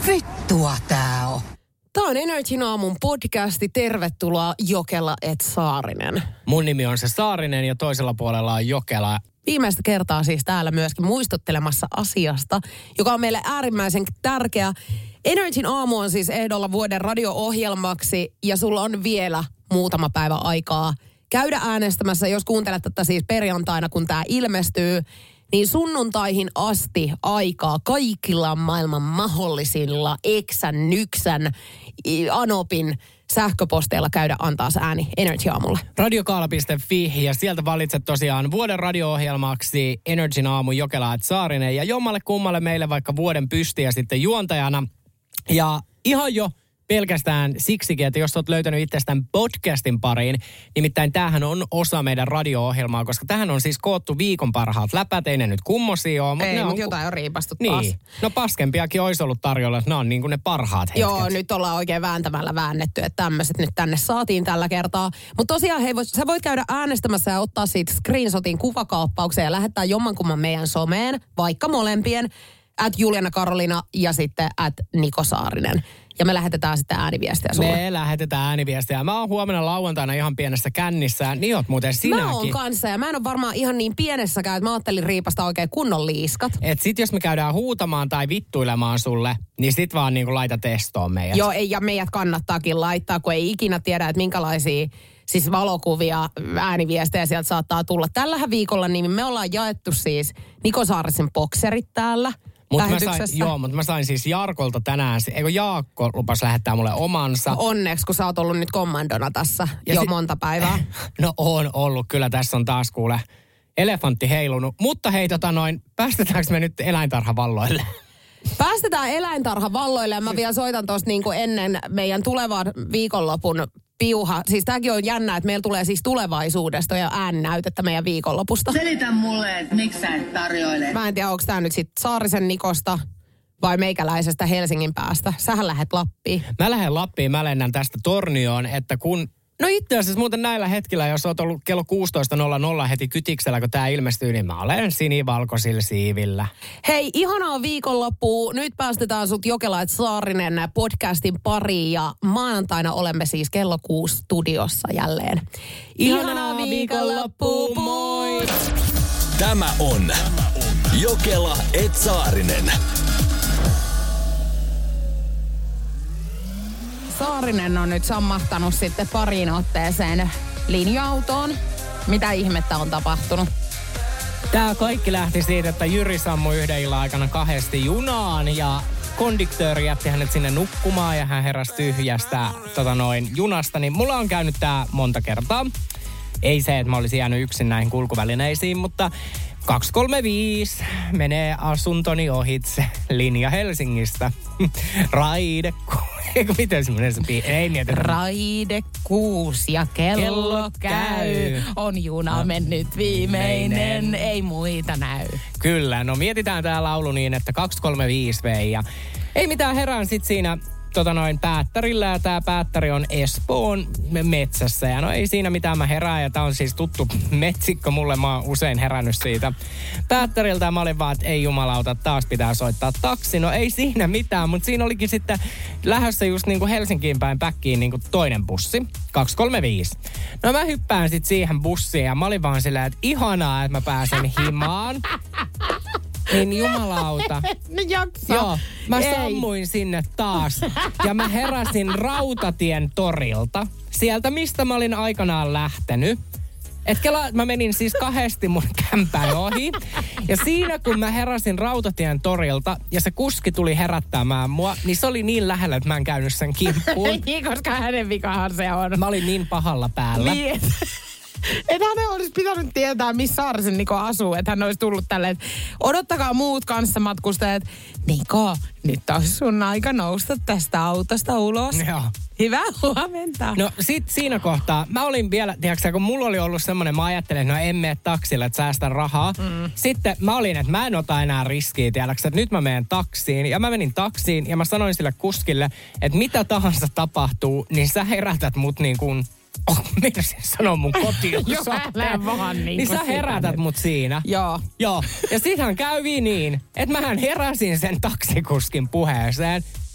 Vittua tää on. Tämä on Energin aamun podcasti. Tervetuloa Jokela et Saarinen. Mun nimi on se Saarinen ja toisella puolella on Jokela. Viimeistä kertaa siis täällä myöskin muistuttelemassa asiasta, joka on meille äärimmäisen tärkeä. Energin aamu on siis ehdolla vuoden radio-ohjelmaksi ja sulla on vielä muutama päivä aikaa käydä äänestämässä, jos kuuntelet tätä siis perjantaina, kun tämä ilmestyy, niin sunnuntaihin asti aikaa kaikilla maailman mahdollisilla Eksän, Nyksän, Anopin sähköposteilla käydä antaa se ääni Energy aamulle. Radiokaala.fi ja sieltä valitset tosiaan vuoden radio-ohjelmaksi Energin aamu Jokela et Saarinen ja jommalle kummalle meille vaikka vuoden pystiä sitten juontajana. Ja ihan jo pelkästään siksikin, että jos olet löytänyt itsestään podcastin pariin, nimittäin tämähän on osa meidän radio-ohjelmaa, koska tähän on siis koottu viikon parhaat läpät, ei ne nyt kummosia ole. Ei, mutta jotain on riipastu taas. Niin, no paskempiakin olisi ollut tarjolla, että ne on niin kuin ne parhaat hetket. Joo, nyt ollaan oikein vääntämällä väännetty, että tämmöiset nyt tänne saatiin tällä kertaa. Mutta tosiaan, hei, sä voit käydä äänestämässä ja ottaa siitä screenshotin kuvakaappauksen ja lähettää jommankumman meidän someen, vaikka molempien, @Juliana Karolina ja sitten @Niko Saarinen. Ja me lähetetään sitten ääniviestiä sulle. Me lähetetään ääniviestiä. Mä oon huomenna lauantaina ihan pienessä kännissä. Niin oot muuten sinäkin. Mä oon kanssa ja mä en ole varmaan ihan niin pienessäkään, että mä ajattelin riipasta oikein kunnon liiskat. Et sit jos me käydään huutamaan tai vittuilemaan sulle, niin sit vaan niinku laita testoon meidät. Joo, ja meidät kannattaakin laittaa, kun ei ikinä tiedä, että minkälaisia siis valokuvia, ääniviestejä sieltä saattaa tulla. Tällähän viikolla niin me ollaan jaettu siis Niko Saarisen bokserit täällä. Mutta mä sain siis Jarkolta tänään, eikö Jaakko lupas lähettää mulle omansa. Onneksi, kun sä oot ollut nyt kommandona tässä jo monta päivää. No on ollut, kyllä tässä on taas kuule elefantti heilunut. Mutta hei päästetäänkö me nyt eläintarhavalloille? Päästetään eläintarhavalloille ja mä vielä soitan tuosta niin kuin ennen meidän tulevan viikonlopun piuha. Siis tämäkin on jännä, että meillä tulee siis tulevaisuudesta ja ääninäytettä meidän viikonlopusta. Selitä mulle, että miksi sä et tarjoile. Mä en tiedä, onko tää nyt sit Saarisen Nikosta vai meikäläisestä Helsingin päästä. Sähän lähdet Lappiin. Mä lähden Lappiin, mä lennän tästä Tornioon, että kun... No itse asiassa muuten näillä hetkillä, jos oot ollut kello 16.00 heti kytiksellä, kun tää ilmestyy, niin mä olen sinivalkoisilla siivillä. Hei, ihanaa viikonloppua. Nyt päästetään sut Jokela et Saarinen podcastin pariin ja maanantaina olemme siis kello 6 studiossa jälleen. Ihanaa viikonloppua, moi! Tämä on Jokela et Saarinen. Saarinen on nyt sammahtanut sitten pariin otteeseen linja-autoon. Mitä ihmettä on tapahtunut? Tää kaikki lähti siitä, että Jyri sammui yhden illan aikana kahdesti junaan ja konduktööri jätti hänet sinne nukkumaan ja hän heräsi tyhjästä junasta. Niin mulla on käynyt tää monta kertaa. Ei se, että mä olisin jäänyt yksin näihin kulkuvälineisiin, mutta 235 menee asuntoni ohitse linja Helsingistä. Raide miten semmoinen sopii? Ei mietitä. Raide 6 ja kello käy. On juna mennyt viimeinen, ei muita näy. Kyllä, no mietitään tää laulu niin, että 235 vei ja ei mitään, herään sit siinä päättärillä ja tää päättäri on Espoon metsässä ja no ei siinä mitään, mä herään ja tää on siis tuttu metsikko mulle, mä oon usein herännyt siitä päättäriltä ja mä olin vaan, että ei jumalauta, taas pitää soittaa taksi. No ei siinä mitään, mutta siinä olikin sitten lähdössä just niinku Helsinkiin päin päkkiin niinku toinen bussi, 235. No mä hyppään sit siihen bussiin ja mä olin vaan silleen, että ihanaa, että mä pääsen himaan. Niin jumalauta. No jaksa. Joo, mä sammuin sinne taas. Ja mä heräsin Rautatien torilta. Sieltä, mistä mä olin aikanaan lähtenyt. Mä menin siis kahdesti mun kämpään ohi. Ja siinä kun mä heräsin Rautatien torilta ja se kuski tuli herättämään mua, niin se oli niin lähellä, että mä en käynyt sen kimppuun. Niin, koska hänen vikahan se on. Mä olin niin pahalla päällä. Niin. Että hän olisi pitänyt tietää, missä Saarisen Niko asuu. Että hän olisi tullut tälleen, että odottakaa muut kanssamatkustajat. Niko, nyt olisi sun aika nousta tästä autosta ulos. Joo. Hyvää huomenta. No sit siinä kohtaa, mä olin vielä, tiedätkö, kun mulla oli ollut semmoinen, mä ajattelin, että no en mene taksille, että säästän rahaa. Sitten mä olin, että mä en ota enää riskiä, tiedätkö, että nyt mä menen taksiin. Ja mä menin taksiin ja mä sanoin sille kuskille, että mitä tahansa tapahtuu, niin sä herätät mut niin kuin... Mitä se sanoo mun kotiin? Joo, älä vaan niin sä herätät mut siinä. Joo. Joo. Ja sittenhän kävi niin, että mähän heräsin sen taksikuskin puheeseen.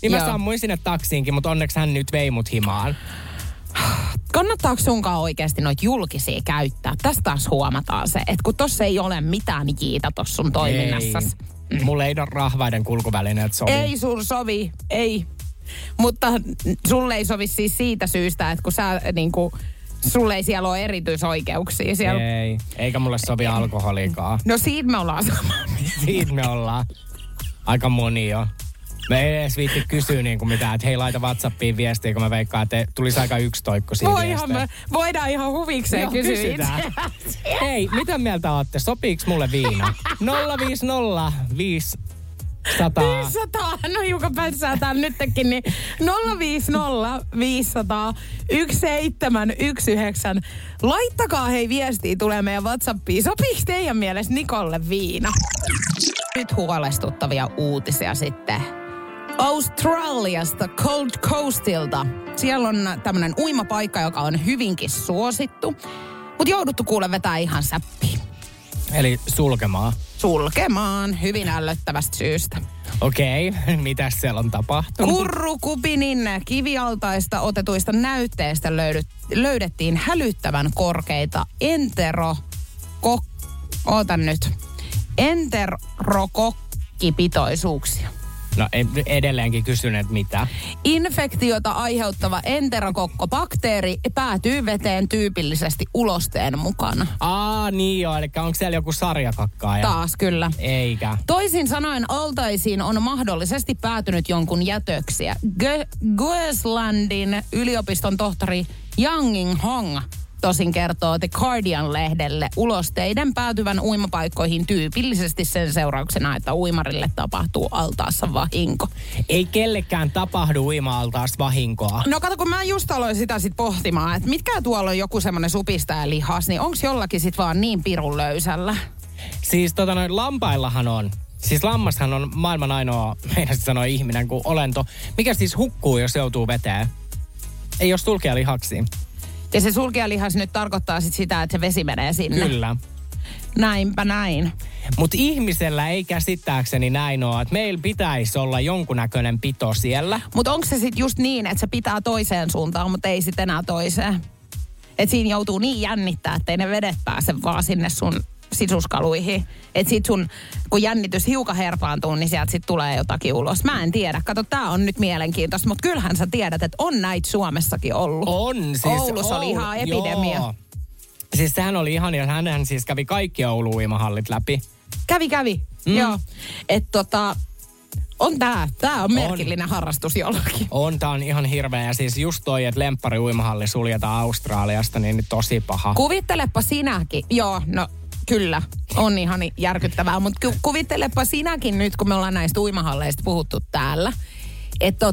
Niin mä sammuin sinne taksiinkin, mutta onneksi hän nyt vei mut himaan. Kannattaako sunkaan oikeasti noita julkisia käyttää? Tästä taas huomataan se, että kun tossa ei ole mitään jiitä tossa sun toiminnassasi. Mulle ei ole rahvaiden kulkuvälineet sovi. Ei sun sovi, ei. Mutta sulle ei sovi siis siitä syystä, että kun sä niinku, sulle ei siellä ole erityisoikeuksia. Siellä... Ei, eikä mulle sovi alkoholikaan. No siitä me ollaan samaa. Siitä me ollaan. Aika moni jo. Me ei edes viitti kysyä niinku mitään, että hei laita WhatsAppiin viestiä, kun mä veikkaan, että tulisi aika yksitoikkoisia viestejä. Voidaan ihan huvikseen kysyä itse. Hei, mitä mieltä ootte? Sopiiks mulle viina? 050 500. 500, no hiukan päässään täällä nytkin, niin 050 500 1719. Laittakaa hei viestiä, tulee meidän WhatsAppiin. Sopiiko teidän mielestä Nikolle viina? Nyt huolestuttavia uutisia sitten Australiasta, Gold Coastilta. Siellä on tämmönen uimapaikka, joka on hyvinkin suosittu, mutta jouduttu kuule vetää ihan säppiin. Eli sulkemaan hyvin ällöttävästä syystä. Okei, mitäs siellä on tapahtunut? Kurrukupinin kivialtaista otetuista näytteistä löydettiin hälyttävän korkeita enterokokkipitoisuuksia. No edelleenkin kysyn, että mitä? Infektiota aiheuttava enterokokkobakteeri päätyy veteen tyypillisesti ulosteen mukana. Niin joo, eli onko siellä joku sarjakakkaaja? Taas kyllä. Eikä. Toisin sanoen altaisiin on mahdollisesti päätynyt jonkun jätöksiä. Queenslandin yliopiston tohtori Yang Hong tosin kertoo The Guardian-lehdelle ulosteiden päätyvän uimapaikkoihin tyypillisesti sen seurauksena, että uimarille tapahtuu altaassa vahinko. Ei kellekään tapahdu uima-altaassa vahinkoa. No kato, kun mä just aloin sitä sit pohtimaan, että mitkä tuolla on joku semmoinen supistaja lihas, niin onks jollakin sit vaan niin pirun löysällä? Siis lampaillahan on. Siis lammashan on maailman ainoa, meinasin sanoa ihminen kuin olento, mikä siis hukkuu, jos joutuu veteen. Ei ole sulkealihaksiin. Ja se sulkealihas nyt tarkoittaa sit sitä, että se vesi menee sinne. Kyllä. Näinpä näin. Mutta ihmisellä ei käsittääkseni näin ole, että meillä pitäisi olla jonkunnäköinen pito siellä. Mutta onko se sitten just niin, että se pitää toiseen suuntaan, mutta ei sitten enää toiseen? Että siinä joutuu niin jännittää, ettei ne vedet pääse vaan sinne sun sisuskaluihin. Että sit sun, kun jännitys hiukan herpaantuu, niin sieltä sit tulee jotakin ulos. Mä en tiedä. Kato, tää on nyt mielenkiintoista, mutta kyllähän sä tiedät, että on näitä Suomessakin ollut. On siis. Oulussa oli ihan epidemia. Joo. Siis sehän oli ihan, ja hän siis kävi kaikki Oulun uimahallit läpi. Kävi. Joo. Että on tää on merkillinen harrastus jollakin. Tää on ihan hirveä. Ja siis just toi, että lemppari uimahalli suljetaan Australiasta, niin tosi paha. Kuvittelepa sinäkin. Joo, no kyllä, on ihan järkyttävää. Mutta kuvittelepa sinäkin nyt, kun me ollaan näistä uimahalleista puhuttu täällä. Että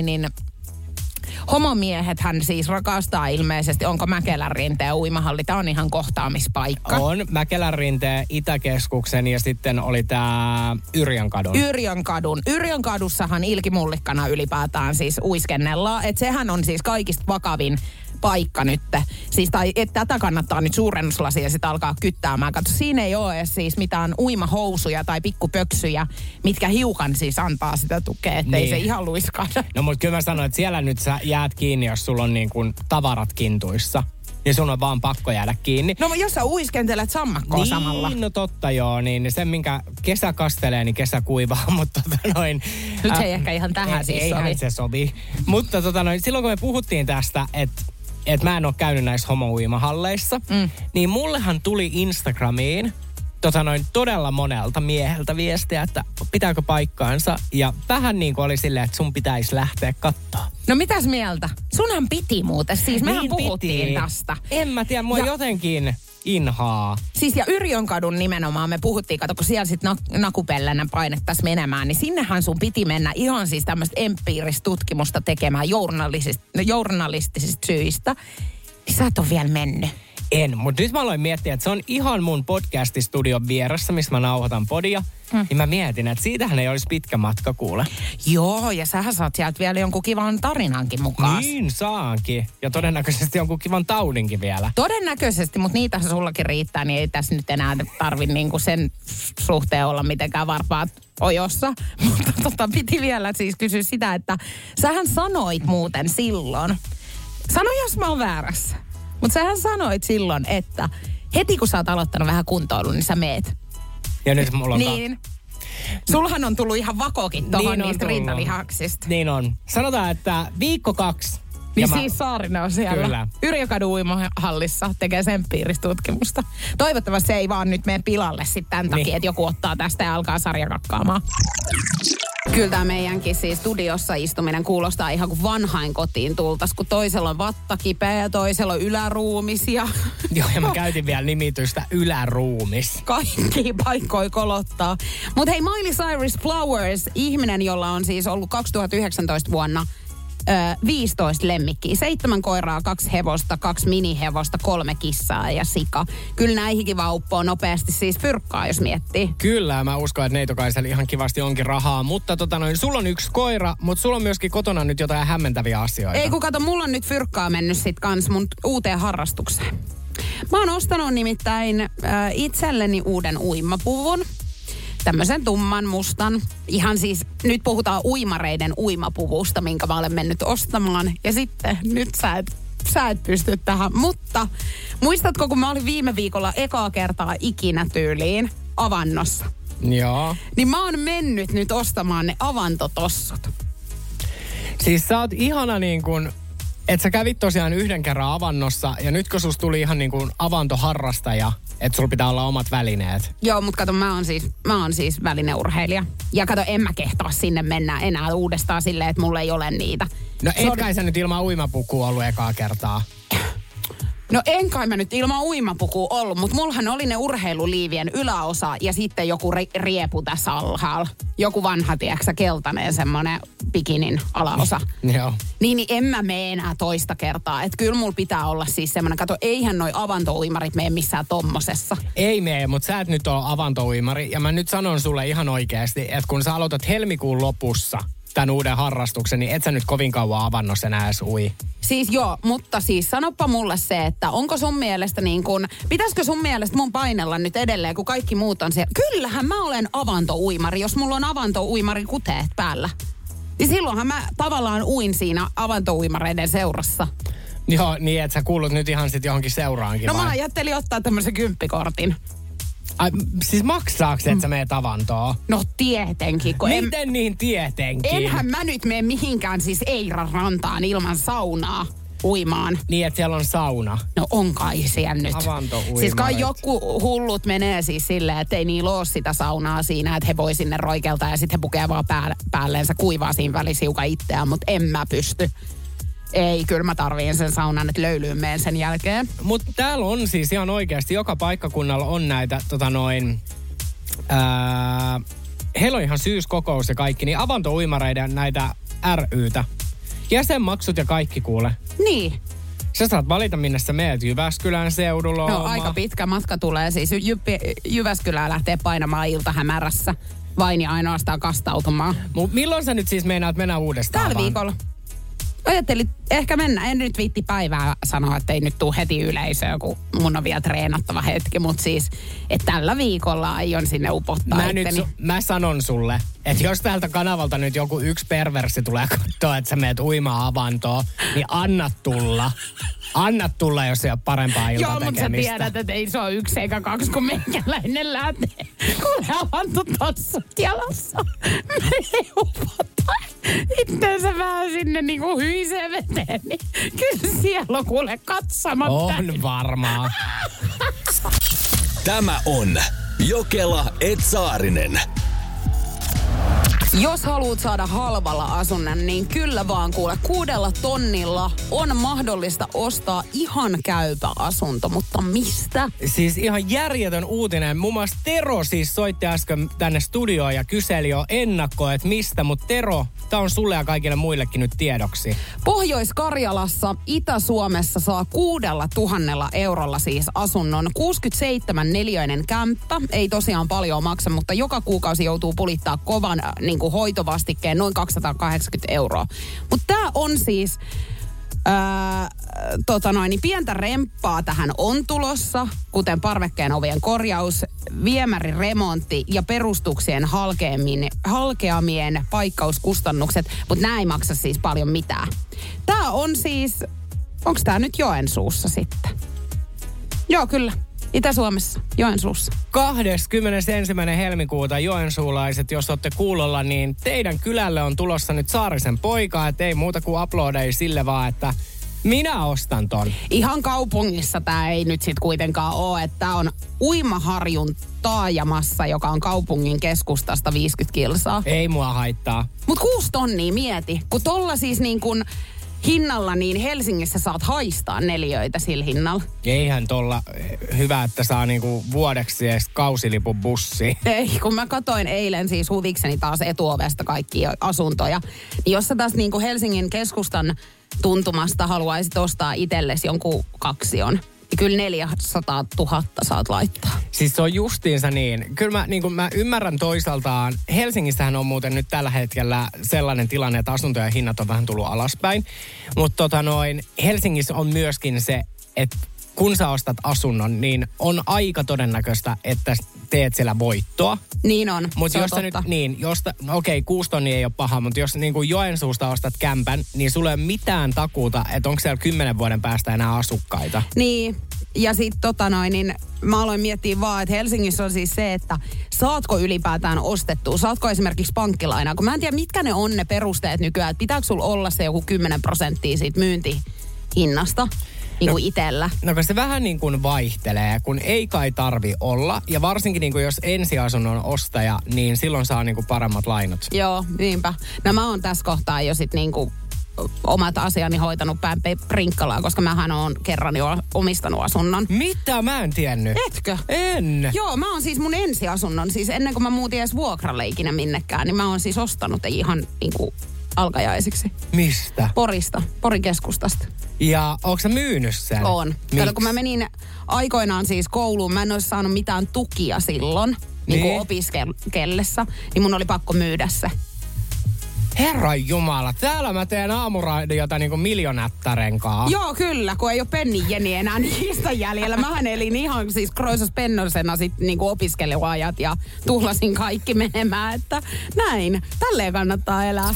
homomiehethän siis rakastaa ilmeisesti, onko Mäkelänrinteen uimahalli? Tämä on ihan kohtaamispaikka. On Mäkelänrinteen Itäkeskuksen ja sitten oli tämä Yrjönkadun. Yrjönkadussahan ilkimullikkana ylipäätään siis uiskennellaan. Että sehän on siis kaikista vakavin paikka nyt. Siis tätä kannattaa nyt suurennuslasia sitten alkaa kyttäämään. Katso, siinä ei ole edes siis mitään uimahousuja tai pikkupöksyjä, mitkä hiukan siis antaa sitä tukea, ettei niin. Se ihan luiskahda. No mutta kyllä mä sanoin, että siellä nyt sä jäät kiinni, jos sulla on niin kuin tavarat kintuissa. Ja sun on vaan pakko jäädä kiinni. No jos sä uiskentelet sammakkoa niin, samalla. No totta joo, niin sen minkä kesä kastelee, niin kesä kuivaa, mutta Nyt se ei ehkä ihan tähän siis sovi. Eihän se sovi. Mutta silloin kun me puhuttiin tästä, että mä en ole käynyt näissä homo-uimahalleissa, niin mullehan tuli Instagramiin todella monelta mieheltä viestiä, että pitääkö paikkaansa. Ja vähän niin kuin oli silleen, että sun pitäisi lähteä katsoa. No mitäs mieltä? Sunhan piti muuten, siis mehän niin puhuttiin tästä. En mä tiedä, mua jotenkin inhaa. Siis ja Yrjönkadun nimenomaan me puhuttiin, kato kun siellä sitten nakupellänä painettaisiin menemään, niin sinnehän sun piti mennä ihan siis tämmöistä empiiristä tutkimusta tekemään journalistisista syistä. Sä et ole vielä mennyt. En, mutta nyt mä aloin miettiä, että se on ihan mun podcastistudion vieressä, missä mä nauhoitan podia. Niin mä mietin, että siitähän ei olisi pitkä matka kuule. Joo, ja sähän saat sieltä vielä jonkun kivan tarinankin mukaan. Niin saankin. Ja todennäköisesti jonkun kivan taudinkin vielä. Todennäköisesti, mutta niitä sullakin riittää, niin ei tässä nyt enää tarvitse niinku sen suhteen olla mitenkään varpaat ojossa. Mutta piti vielä siis kysyä sitä, että sähän sanoit muuten silloin. Sano, jos mä oon väärässä. Mutta sähän sanoit silloin, että heti kun sä oot aloittanut vähän kuntoilun, niin sä meet. Ja nyt mulla on niin. Sulhan on tullut ihan vakokin tohon niistä rintalihaksista. Niin on. Sanotaan, että viikko 2. Niin siis Saarinen on siellä. Kyllä. Yrjökadun uimahallissa tekee sen piiristutkimusta. Toivottavasti se ei vaan nyt mene pilalle sitten tämän takia, että joku ottaa tästä ja alkaa sarjakakkaamaan. Kyllä tämä meidänkin siis studiossa istuminen kuulostaa ihan kuin vanhain kotiin tultaisiin, kun toisella on vatta kipeä ja toisella on yläruumis ja... Joo, ja mä käytin vielä nimitystä yläruumis. Kaikki paikkoja kolottaa. Mutta hei, Miley Cyrus Flowers, ihminen, jolla on siis ollut 2019 vuonna 15 lemmikkiä. 7 koiraa, 2 hevosta, 2 minihevosta, 3 kissaa ja sika. Kyllä näihinkin vaan uppoo nopeasti siis fyrkkaa, jos miettii. Kyllä, mä uskon, että neitokaisella ihan kivasti onkin rahaa. Mutta sulla on 1 koira, mutta sulla on myöskin kotona nyt jotain hämmentäviä asioita. Ei kun kato, mulla on nyt fyrkkaa mennyt sit kans mun uuteen harrastukseen. Mä oon ostanut nimittäin itselleni uuden uimapuvun. Tämmöisen tumman, mustan. Ihan siis, nyt puhutaan uimareiden uimapuvusta, minkä mä olen mennyt ostamaan. Ja sitten, nyt sä et pysty tähän. Mutta muistatko, kun mä olin viime viikolla ekaa kertaa ikinä tyyliin avannossa? Joo. Niin mä oon mennyt nyt ostamaan ne avantotossut. Siis sä oot ihana niin kuin... Että sä kävit tosiaan 1 kerran avannossa ja nyt kun susta tuli ihan niin kuin avantoharrastaja, että sulla pitää olla omat välineet. Joo, mutta kato, mä oon siis välineurheilija. Ja kato, en mä kehtaa sinne mennä enää uudestaan silleen, että mulla ei ole niitä. No et kai sä nyt ilman uimapukua ollut ekaa kertaa? No en kai mä nyt ilman uimapukua ollut, mutta mullahan oli ne urheiluliivien yläosa ja sitten joku riepu tässä alhaalla. Joku vanha, tiedätkö, keltainen semmoinen bikinin alaosa. Joo. Niin en mä mene enää toista kertaa. Että kyllä mulla pitää olla siis semmoinen, kato, eihän noi avantouimarit mene missään tommosessa. Ei mene, mutta sä et nyt ole avantouimari. Ja mä nyt sanon sulle ihan oikeasti, että kun sä aloitat helmikuun lopussa tämän uuden harrastuksen, niin et sä nyt kovin kauan avannossa enää edes ui. Siis joo, mutta siis sanoppa mulle se, että onko sun mielestä niin kuin, pitäisikö sun mielestä mun painella nyt edelleen, kun kaikki muut on siellä. Kyllähän mä olen avantouimari, jos mulla on avantouimari kuteet päällä. Niin silloinhan mä tavallaan uin siinä avantouimareiden seurassa. Joo, niin että sä kuulut nyt ihan sit johonkin seuraankin. No vai? mä ajattelin ottaa tämmöisen 10-kortin. Ai, siis maksaako se, että sä meet avantoon? No tietenkin. Miten niin tietenkin? Enhän mä nyt mene mihinkään siis Eiran rantaan ilman saunaa uimaan. Niin, että siellä on sauna. No on kai siellä nyt. Avantouimaret. Siis kai joku hullut menee siis silleen, että ei niillä ole sitä saunaa siinä, että he voi sinne roikeltaa ja sitten he pukee vaan päälleensä kuivaa siinä välissä hiukan itseään, mutta en mä pysty. Ei, kyllä mä tarviin sen saunan, että löylyyn meen sen jälkeen. Mutta täällä on siis ihan oikeasti, joka paikkakunnalla on näitä, heillä on ihan syyskokous ja kaikki, niin avantouimareiden näitä rytä. Jäsenmaksut ja kaikki kuule. Niin. Sä saat valita, minne sä meet. Jyväskylän seudulla. No aika pitkä matka tulee. Siis Jyväskylään lähtee painamaan iltahämärässä. Vain ja ainoastaan kastautumaan. Milloin sä nyt siis meinaat mennä uudestaan? Tällä viikolla. Ajattelin ehkä mennä. En nyt viitti päivää sanoa, että ei nyt tule heti yleisöä, kun mun on vielä treenattava hetki. Mutta siis, että tällä viikolla aion sinne upottaa mä sanon sulle, että jos täältä kanavalta nyt joku yksi perversi tulee katsoa, että sä meet uimaan avantoon, niin anna tulla. Anna tulla, jos ei ole parempaa iltatekemistä. Joo, mutta sä tiedät, että ei se ole 1 eikä 2, kun meikäläinen lähtee. Kun avanto tossut jalassa. Menee upottaa itteensä vähän sinne niinku hyiseen veteen. Niin kyllä siellä on kuule katsomatta. On varmaa. Tämä on Jokela et Saarinen. Jos haluat saada halvalla asunnon, niin kyllä vaan kuule, 6 000 on mahdollista ostaa ihan käypä asunto, mutta mistä? Siis ihan järjetön uutinen. Muun muassa Tero siis soitti äsken tänne studioon ja kyseli jo ennakkoa, että mistä. Mutta Tero, tää on sulle ja kaikille muillekin nyt tiedoksi. Pohjois-Karjalassa, Itä-Suomessa saa 6 000 eurolla siis asunnon. 67-neliöinen kämppä, ei tosiaan paljon maksa, mutta joka kuukausi joutuu pulittaa kovan niin kuin hoitovastikkeen noin 280 €. Mutta tää on siis... niin pientä remppaa tähän on tulossa, kuten parvekkeen ovien korjaus, viemäriremontti ja perustuksien halkeamien paikkauskustannukset, mutta nämä ei maksa siis paljon mitään. Tää on siis, onko tää nyt Joensuussa sitten? Joo, kyllä. Itä-Suomessa, Joensuussa. 21. helmikuuta joensuulaiset, jos olette kuulolla, niin teidän kylälle on tulossa nyt Saarisen poika, että ei muuta kuin uploadeja sille vaan, että minä ostan ton. Ihan kaupungissa tää ei nyt sit kuitenkaan ole, että tää on Uimaharjun taajamassa, joka on kaupungin keskustasta 50 kilsaa. Ei mua haittaa. Mut 6 tonnia mieti, kun tolla siis niin kun hinnalla, niin Helsingissä saat haistaa neliöitä sillä hinnalla. Eihän tolla hyvä, että saa niinku vuodeksi edes kausilipun bussiin. Ei, kun mä katoin eilen siis huvikseni taas etuovesta kaikkia asuntoja. Niin jos sä taas niinku Helsingin keskustan tuntumasta haluaisit ostaa itsellesi jonkun kaksion, niin kyllä 400 000 saat laittaa. Siis se on justiinsa niin. Kyllä mä ymmärrän toisaaltaan. Helsingissähän on muuten nyt tällä hetkellä sellainen tilanne, että asuntojen hinnat on vähän tullut alaspäin. Mutta Helsingissä on myöskin se, että kun sä ostat asunnon, niin on aika todennäköistä, että teet siellä voittoa. Niin on, mutta jos sä nyt, okei, 6 tonnia ei ole paha, mutta jos niin kuin Joensuusta ostat kämpän, niin sulla ei ole mitään takuuta, että onko siellä 10 vuoden päästä enää asukkaita. Niin, ja sitten niin mä aloin miettiä vaan, että Helsingissä on siis se, että saatko ylipäätään ostettua, saatko esimerkiksi pankkilainaa, kun mä en tiedä, mitkä ne on ne perusteet nykyään, että pitääkö sulla olla se joku 10% siitä myyntihinnasta. Niin kuin itsellä. No kun se vähän niin kuin vaihtelee, kun ei kai tarvi olla. Ja varsinkin niin kuin jos ensiasunnon ostaja, niin silloin saa niin kuin paremmat lainat. Joo, niinpä. No mä oon tässä kohtaa jo sit niin kuin omat asiani hoitanut päin prinkkalaa, koska mähän oon kerran jo omistanut asunnon. Mitä? Mä en tiennyt. Etkö? En. Joo, mä oon siis mun ensiasunnon, siis ennen kuin mä muutin edes vuokralle ikinä minnekään, niin mä oon siis ostanut ihan niin kuin alkajaisiksi. Mistä? Porista, Porin keskustasta. Ja ootko sä myynyt sen? On. Kato, kun mä menin aikoinaan siis kouluun, mä en olisi saanut mitään tukia silloin, niin kuin opiskellessa, niin mun oli pakko myydä se. Herran jumala, täällä mä teen aamuradiota niin kuin miljonättärenkaan. Joo, kyllä, kun ei ole penninjeni enää niistä jäljellä. Mähän elin ihan siis kroisas pennosena sit niin kuin opiskeluajat ja tuhlasin kaikki menemään, että näin. Tälleen kannattaa elää.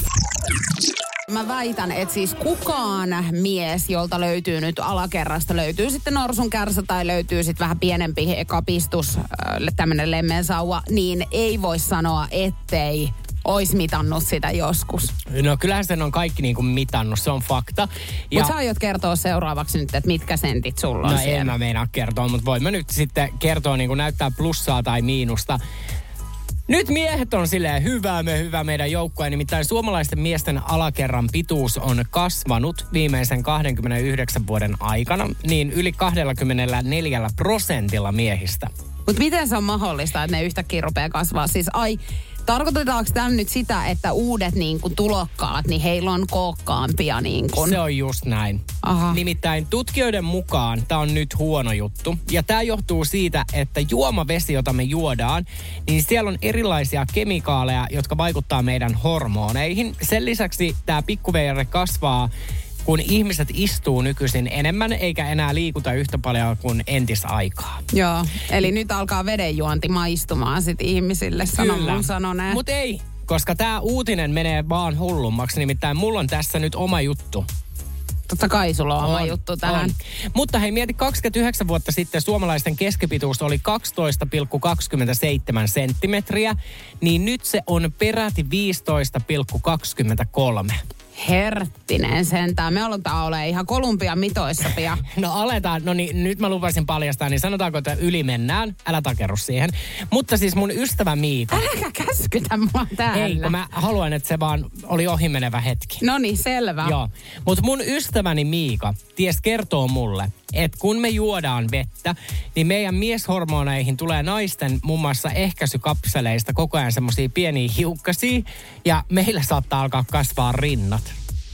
Mä väitän, että siis kukaan mies, jolta löytyy nyt alakerrasta, löytyy sitten norsun kärsä tai löytyy sitten vähän pienempi kapistus, tämmönen lemmensauva, niin ei voi sanoa, ettei ois mitannut sitä joskus. No kyllähän sen on kaikki niin kuin mitannut, se on fakta. Mutta sä aiot kertoa seuraavaksi nyt, että mitkä sentit sulla on siellä. En mä meinaa kertoa, mutta voin mä nyt sitten kertoa niin kuin näyttää plussaa tai miinusta. Nyt miehet on silleen hyvä meidän joukkue, nimittäin suomalaisten miesten alakerran pituus on kasvanut viimeisen 29 vuoden aikana, niin yli 24% miehistä. Mutta miten se on mahdollista, että ne yhtäkkiä rupeaa kasvaa? Siis tarkoitetaanko tämän nyt sitä, että uudet niin kun tulokkaat, niin heillä on kookkaampia niin kun? Se on just näin. Aha. Nimittäin tutkijoiden mukaan tämä on nyt huono juttu. Ja tämä johtuu siitä, että juomavesi, jota me juodaan, niin siellä on erilaisia kemikaaleja, jotka vaikuttaa meidän hormoneihin. Sen lisäksi tämä pikkuveijari kasvaa, kun ihmiset istuu nykyisin enemmän, eikä enää liikuta yhtä paljon kuin entisaikaa. Joo, eli nyt alkaa vedenjuonti maistumaan sit ihmisille, sanoneen. Mutta ei, koska tämä uutinen menee vaan hullummaksi, nimittäin mulla on tässä nyt oma juttu. Totta kai sulla on oma juttu tähän. On. Mutta hei, mieti 29 vuotta sitten suomalaisten keskipituus oli 12,27 senttimetriä, niin nyt se on peräti 15,23. Herttinen sentään. Me aletaan olemaan ihan Kolumbian mitoissa pian. No aletaan. No niin, nyt mä lupasin paljastaa, niin sanotaanko, että yli mennään. Älä takerru siihen. Mutta siis mun ystävä Miika. Äläkä käskytä mua täällä. Ei, kun mä haluan, että se vaan oli ohimenevä hetki. No niin, selvä. Joo. Mutta mun ystäväni Miika kertoo mulle, että kun me juodaan vettä, niin meidän mieshormoneihin tulee naisten muun muassa ehkäisykapseleista koko ajan semmosia pieniä hiukkasia. Ja meillä saattaa alkaa kasvaa rinnat.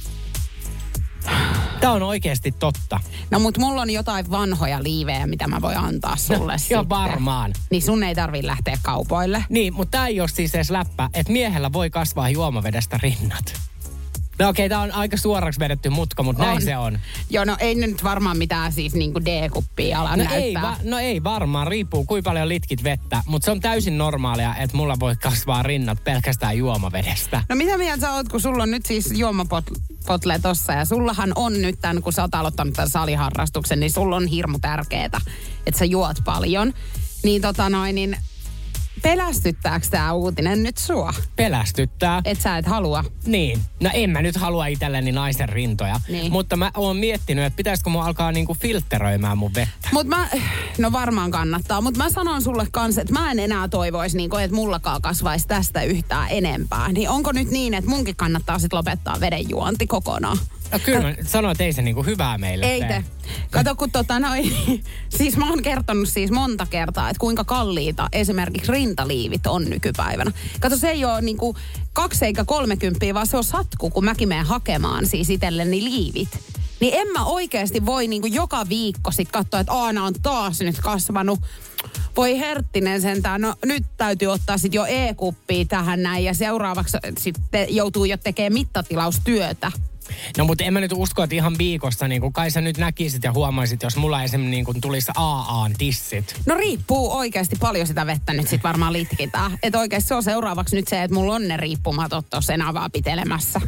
Tämä on oikeasti totta. No mut mulla on jotain vanhoja liivejä, mitä mä voin antaa sulle sitten. Joo, varmaan. Niin sun ei tarvii lähteä kaupoille. Niin, mutta tämä ei ole siis edes läppä, että miehellä voi kasvaa juomavedestä rinnat. No okei, tämä on aika suoraksi vedetty mutka, mutta näin se on. Joo, no ei nyt varmaan mitään siis niinku D-kuppia ala näyttää. Ei varmaan, riippuu kuinka paljon litkit vettä, mutta se on täysin normaalia, että mulla voi kasvaa rinnat pelkästään juomavedestä. No mitä mieltä sä oot, kun sulla on nyt siis juomapotle tossa ja sullahan on nyt tämän, kun sä oot aloittanut tämän saliharrastuksen, niin sulla on hirmu tärkeetä, että sä juot paljon. Niin niin pelästyttääkö tää uutinen nyt sua? Pelästyttää. Et sä et halua? Niin. No en mä nyt halua itselleni naisen rintoja. Niin. Mutta mä oon miettinyt, että pitäisikö mun alkaa niinku filtteröimään mun vettä. No varmaan kannattaa, mutta mä sanon sulle kanssa, että mä en enää toivoisi, niinku, että mullakaan kasvaisi tästä yhtään enempää. Niin onko nyt niin, että munkin kannattaa sit lopettaa vedenjuonti kokonaan? No kyllä mä sanoin, että ei se niinku hyvää meille ei te. Kato, kun siis mä oon kertonut siis monta kertaa, että kuinka kalliita esimerkiksi rintaliivit on nykypäivänä. Kato, se ei ole niinku 2 eikä 30, vaan se on satku, kun mäkin menen hakemaan siis itselleni liivit. Niin en mä oikeasti voi niinku joka viikko sit katsoa, että aina on taas nyt kasvanut. Voi herttinen sentään, no nyt täytyy ottaa sit jo E-kuppia tähän näin ja seuraavaksi sitten joutuu jo tekemään mittatilaustyötä. No mutta en mä nyt usko, että ihan viikossa, niin kuin kai sä nyt näkisit ja huomaisit, jos mulla esimerkiksi niin kuin tulisi AA-tissit. No riippuu oikeasti paljon sitä vettä nyt sit varmaan litkitään. Että oikeasti se on seuraavaksi nyt se, että mulla on ne riippumatot tuossa enää vaan pitelemässä.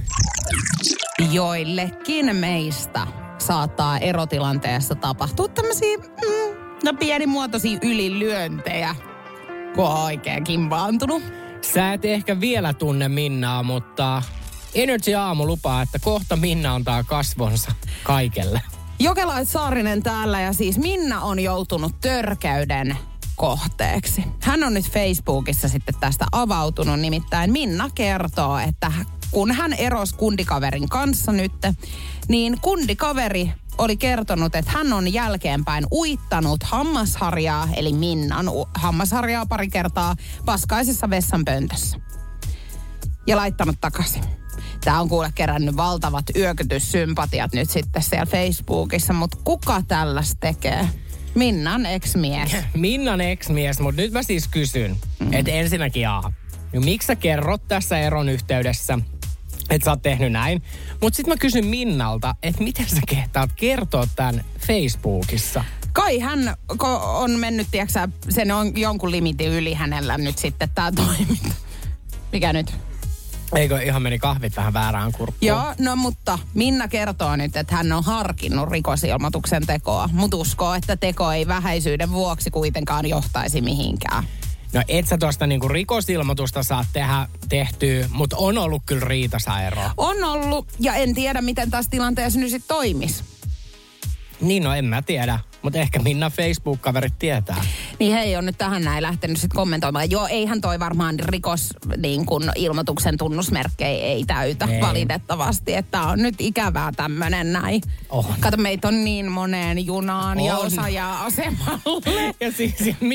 Joillekin meistä saattaa erotilanteessa tapahtua tämmöisiä pienimuotoisia ylilyöntejä, kun on oikein kimpaantunut. Sä et ehkä vielä tunne Minnaa, mutta Energy Aamu lupaa, että kohta Minna antaa kasvonsa kaikelle. Jokela Saarinen täällä ja siis Minna on joutunut törkeyden kohteeksi. Hän on nyt Facebookissa sitten tästä avautunut, nimittäin Minna kertoo, että kun hän erosi kundikaverin kanssa nyt, niin kundikaveri oli kertonut, että hän on jälkeenpäin uittanut hammasharjaa, eli Minnan hammasharjaa pari kertaa paskaisessa vessanpöntössä ja laittanut takaisin. Tämä on kuule kerännyt valtavat yökytyssympatiat nyt sitten siellä Facebookissa, mutta kuka tällaista tekee? Minnan ex-mies. Minnan ex-mies, mutta nyt mä siis kysyn, että ensinnäkin miksi sä kerrot tässä eron yhteydessä, että sä oot tehnyt näin? Mutta sitten mä kysyn Minnalta, että miten sä kehtaat kertoa tämän Facebookissa? Kai hän on mennyt, tiiäksä, sen on jonkun limitin yli hänellä nyt sitten tämä toiminta. Mikä nyt? Eikö ihan meni kahvit vähän väärään kurkkuun? Joo, no mutta Minna kertoo nyt, että hän on harkinnut rikosilmoituksen tekoa, mutta uskoo, että teko ei vähäisyyden vuoksi kuitenkaan johtaisi mihinkään. No et sä tuosta niinku rikosilmoitusta saa tehtyä, mutta on ollut kyllä riitasa ero. On ollut, ja en tiedä, miten tässä tilanteessa nyt sitten toimisi. Niin, no en mä tiedä. Mutta ehkä Minna Facebook-kaverit tietää. Niin he ei ole nyt tähän näin lähtenyt sitten kommentoimaan. Joo, eihän toi varmaan niin kun ilmoituksen tunnusmerkkejä ei täytä valitettavasti. Että on nyt ikävää tämmönen näin. Kato, meitä on niin moneen junaan ja osa jää asemalle. Ja siis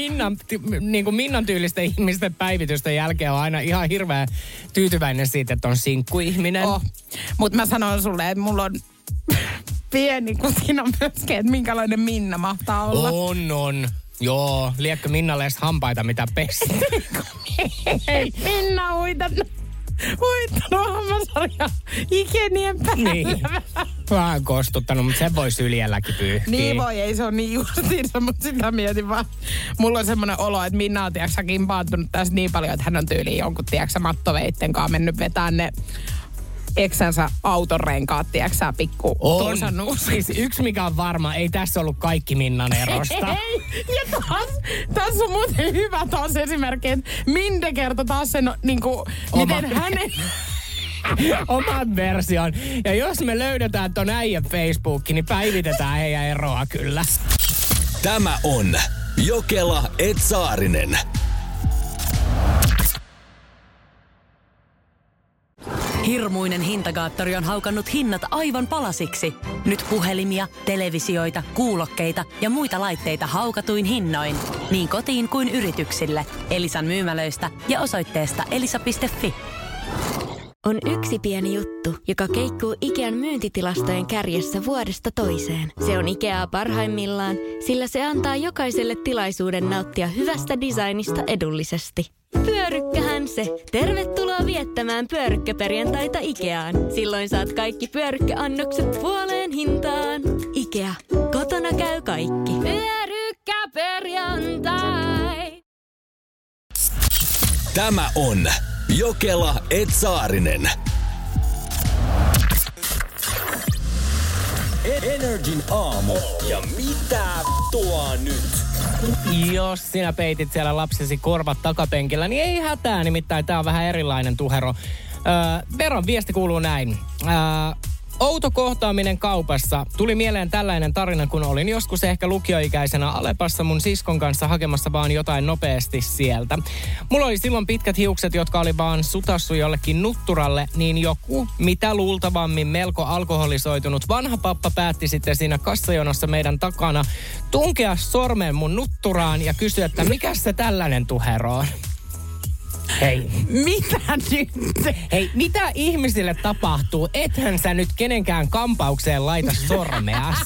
Minnan tyylisten ihmisten päivitysten jälkeen on aina ihan hirveän tyytyväinen siitä, että on sinkkuihminen. Mutta mä sanon sulle, että mulla on pieni kutina myöskin, että minkälainen Minna mahtaa olla. On. Joo, liekö Minnalle edes hampaita mitä pesti? Ei, Minna uittanut hammasharjaa ikenien päällä. Niin. Vähän kostuttanut, mutta se voi syljelläkin pyyhkiä. Niin voi, ei se ole niin justiinsa, mutta sitä mietin vaan. Mulla on semmoinen olo, että Minna on kimpaantunut tässä niin paljon, että hän on tyyliin jonkun mattoveitten kanssa mennyt vetämään ne eksänsä autonrenkaat, tiiäksä, pikku torsanuus. Siis yksi mikä on varma, ei tässä ollut kaikki Minnan erosta. Ei, ja taas on muuten hyvä taas esimerkki, että Minde kertoi taas sen niinku, miten hänen oman version. Ja jos me löydetään ton äijän Facebookki, niin päivitetään heidän eroa kyllä. Tämä on Jokela et Saarinen. Hirmuinen hintakaattori on haukannut hinnat aivan palasiksi. Nyt puhelimia, televisioita, kuulokkeita ja muita laitteita haukatuin hinnoin. Niin kotiin kuin yrityksille. Elisan myymälöistä ja osoitteesta elisa.fi. On yksi pieni juttu, joka keikkuu Ikean myyntitilastojen kärjessä vuodesta toiseen. Se on Ikeaa parhaimmillaan, sillä se antaa jokaiselle tilaisuuden nauttia hyvästä designista edullisesti. Pyörykkähän se. Tervetuloa viettämään pyörykkäperjantaita Ikeaan. Silloin saat kaikki pyörykkäannokset puoleen hintaan. Ikea. Kotona käy kaikki. Pyörykkäperjantai. Tämä on Jokela et Saarinen. Energin aamu. Ja mitä tuo nyt? Jos sinä peitit siellä lapsesi korvat takapenkillä, niin ei hätää, nimittäin tää on vähän erilainen tuhero. Veron viesti kuuluu näin. Outo kohtaaminen kaupassa. Tuli mieleen tällainen tarina, kun olin joskus ehkä lukioikäisenä Alepassa mun siskon kanssa hakemassa vaan jotain nopeasti sieltä. Mulla oli silloin pitkät hiukset, jotka oli vaan sutassu jollekin nutturalle, niin joku, mitä luultavammin melko alkoholisoitunut vanha pappa päätti sitten siinä kassajonossa meidän takana tunkea sormen mun nutturaan ja kysyä, että mikä se tällainen tuhero on? Hei. Mitä nyt? Hei, mitä ihmisille tapahtuu? Ethän sä nyt kenenkään kampaukseen laita sormeas.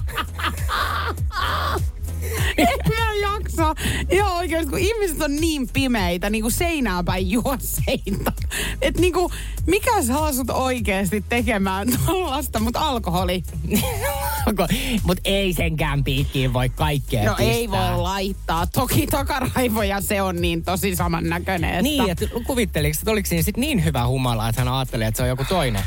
En mä jaksa. Ihan oikeasti, kun ihmiset on niin pimeitä, niin kuin seinään päin juosseita. Että niin kuin, mikä saa sut oikeasti tekemään tollasta, mutta alkoholi. Mutta ei senkään piikkiin voi kaikkea pistää. Ei voi laittaa. Toki takaraivoja se on niin tosi samannäköinen. Että... Niin, että kuvitteliko, että oliko siinä sit niin hyvä humala, että hän ajatteli, että se on joku toinen?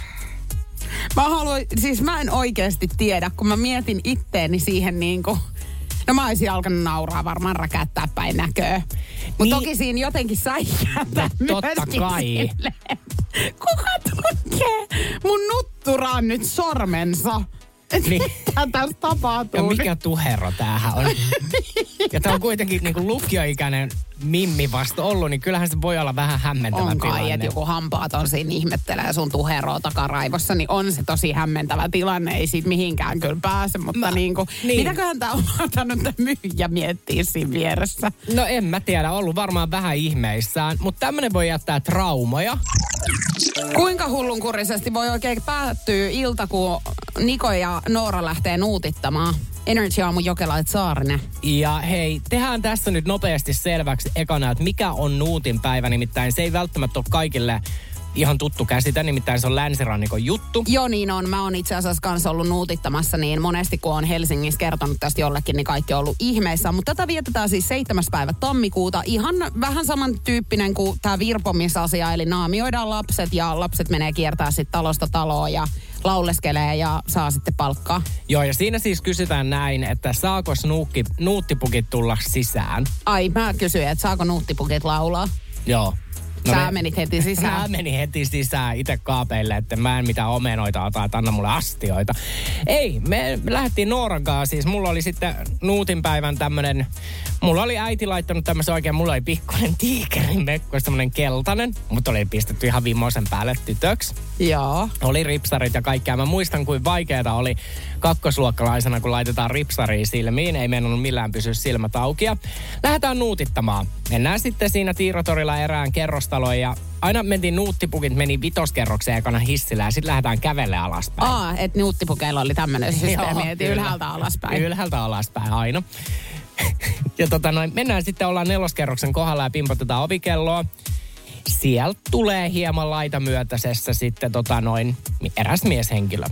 Mä en oikeasti tiedä, kun mä mietin itteeni siihen niin kuin... No mä olisin alkanut nauraa varmaan räkättää päin näköä. Mutta niin, toki siinä jotenkin säikähtää myöskin kai. silleen. Kuka tunkee mun nutturaan nyt sormensa? Niin. Mitä tässä tapahtuu? Ja mikä tuhero tämähän on? Ja tää on kuitenkin niinku lukioikäinen mimmi vasta ollut, niin kyllähän se voi olla vähän hämmentävä on tilanne. On kai, että joku hampaaton siinä ihmettelee sun tuheroa takaraivossa, niin on se tosi hämmentävä tilanne. Ei siitä mihinkään kyllä pääse, mutta niin. Mitäköhän tää on ottanut myyjä miettiä siinä vieressä? No en mä tiedä, ollut varmaan vähän ihmeissään, mutta tämmönen voi jättää traumoja. Kuinka hullunkurisesti voi oikein päättyä ilta, kun Niko ja Noora lähtee nuutittamaan? Energy aamu Jokela et Saarinen. Ja hei, tehdään tässä nyt nopeasti selväksi ekana, että mikä on nuutin päivä. Nimittäin se ei välttämättä ole kaikille ihan tuttu käsite, nimittäin se on länsirannikon juttu. Joo, niin on. Mä oon itse asiassa kanssa ollut nuutittamassa, niin monesti kun on Helsingissä kertonut tästä jollekin, niin kaikki on ollut ihmeissään. Mutta tätä vietetään siis 7. päivä tammikuuta. Ihan vähän samantyyppinen kuin tämä virpomisasia, eli naamioidaan lapset ja lapset menee kiertää sitten talosta taloon ja lauleskelee ja saa sitten palkkaa. Joo, ja siinä siis kysytään näin, että saako nuuttipukit tulla sisään? Ai, mä kysyin, että saako nuuttipukit laulaa? Joo. No Sä menit heti sisään. Mä menin heti sisään itse kaapeille, että mä en mitään omenoita ota, että anna mulle astioita. Ei, me lähdettiin Nooran kanssa, siis mulla oli sitten nuutinpäivän tämmönen, mulla oli äiti laittanut tämmösen oikein, mulla oli pikkuinen tiikerimekko, semmonen keltainen, mutta oli pistetty ihan vimoisen päälle tytöksi. Joo. Oli ripsarit ja kaikkea. Mä muistan, kuin vaikeeta oli kakkosluokkalaisena, kun laitetaan ripsaria silmiin. Ei meinannut millään pysyä silmät auki. Lähdetään nuutittamaan. Mennään sitten siinä Tiirotorilla erään kerrostaloon ja aina mentiin nuuttipukit, meni 5. kerrokseen ekana hissillä ja sitten lähdetään kävelle alaspäin. Että nuuttipukeilla oli tämmöinen systeemi, että ylhäältä alaspäin. Ylhäältä alaspäin aina. Ja mennään sitten, ollaan 4. kerroksen kohdalla ja pimpotetaan ovikelloa. Sieltä tulee hieman laitamyötäisessä sitten eräs mieshenkilö.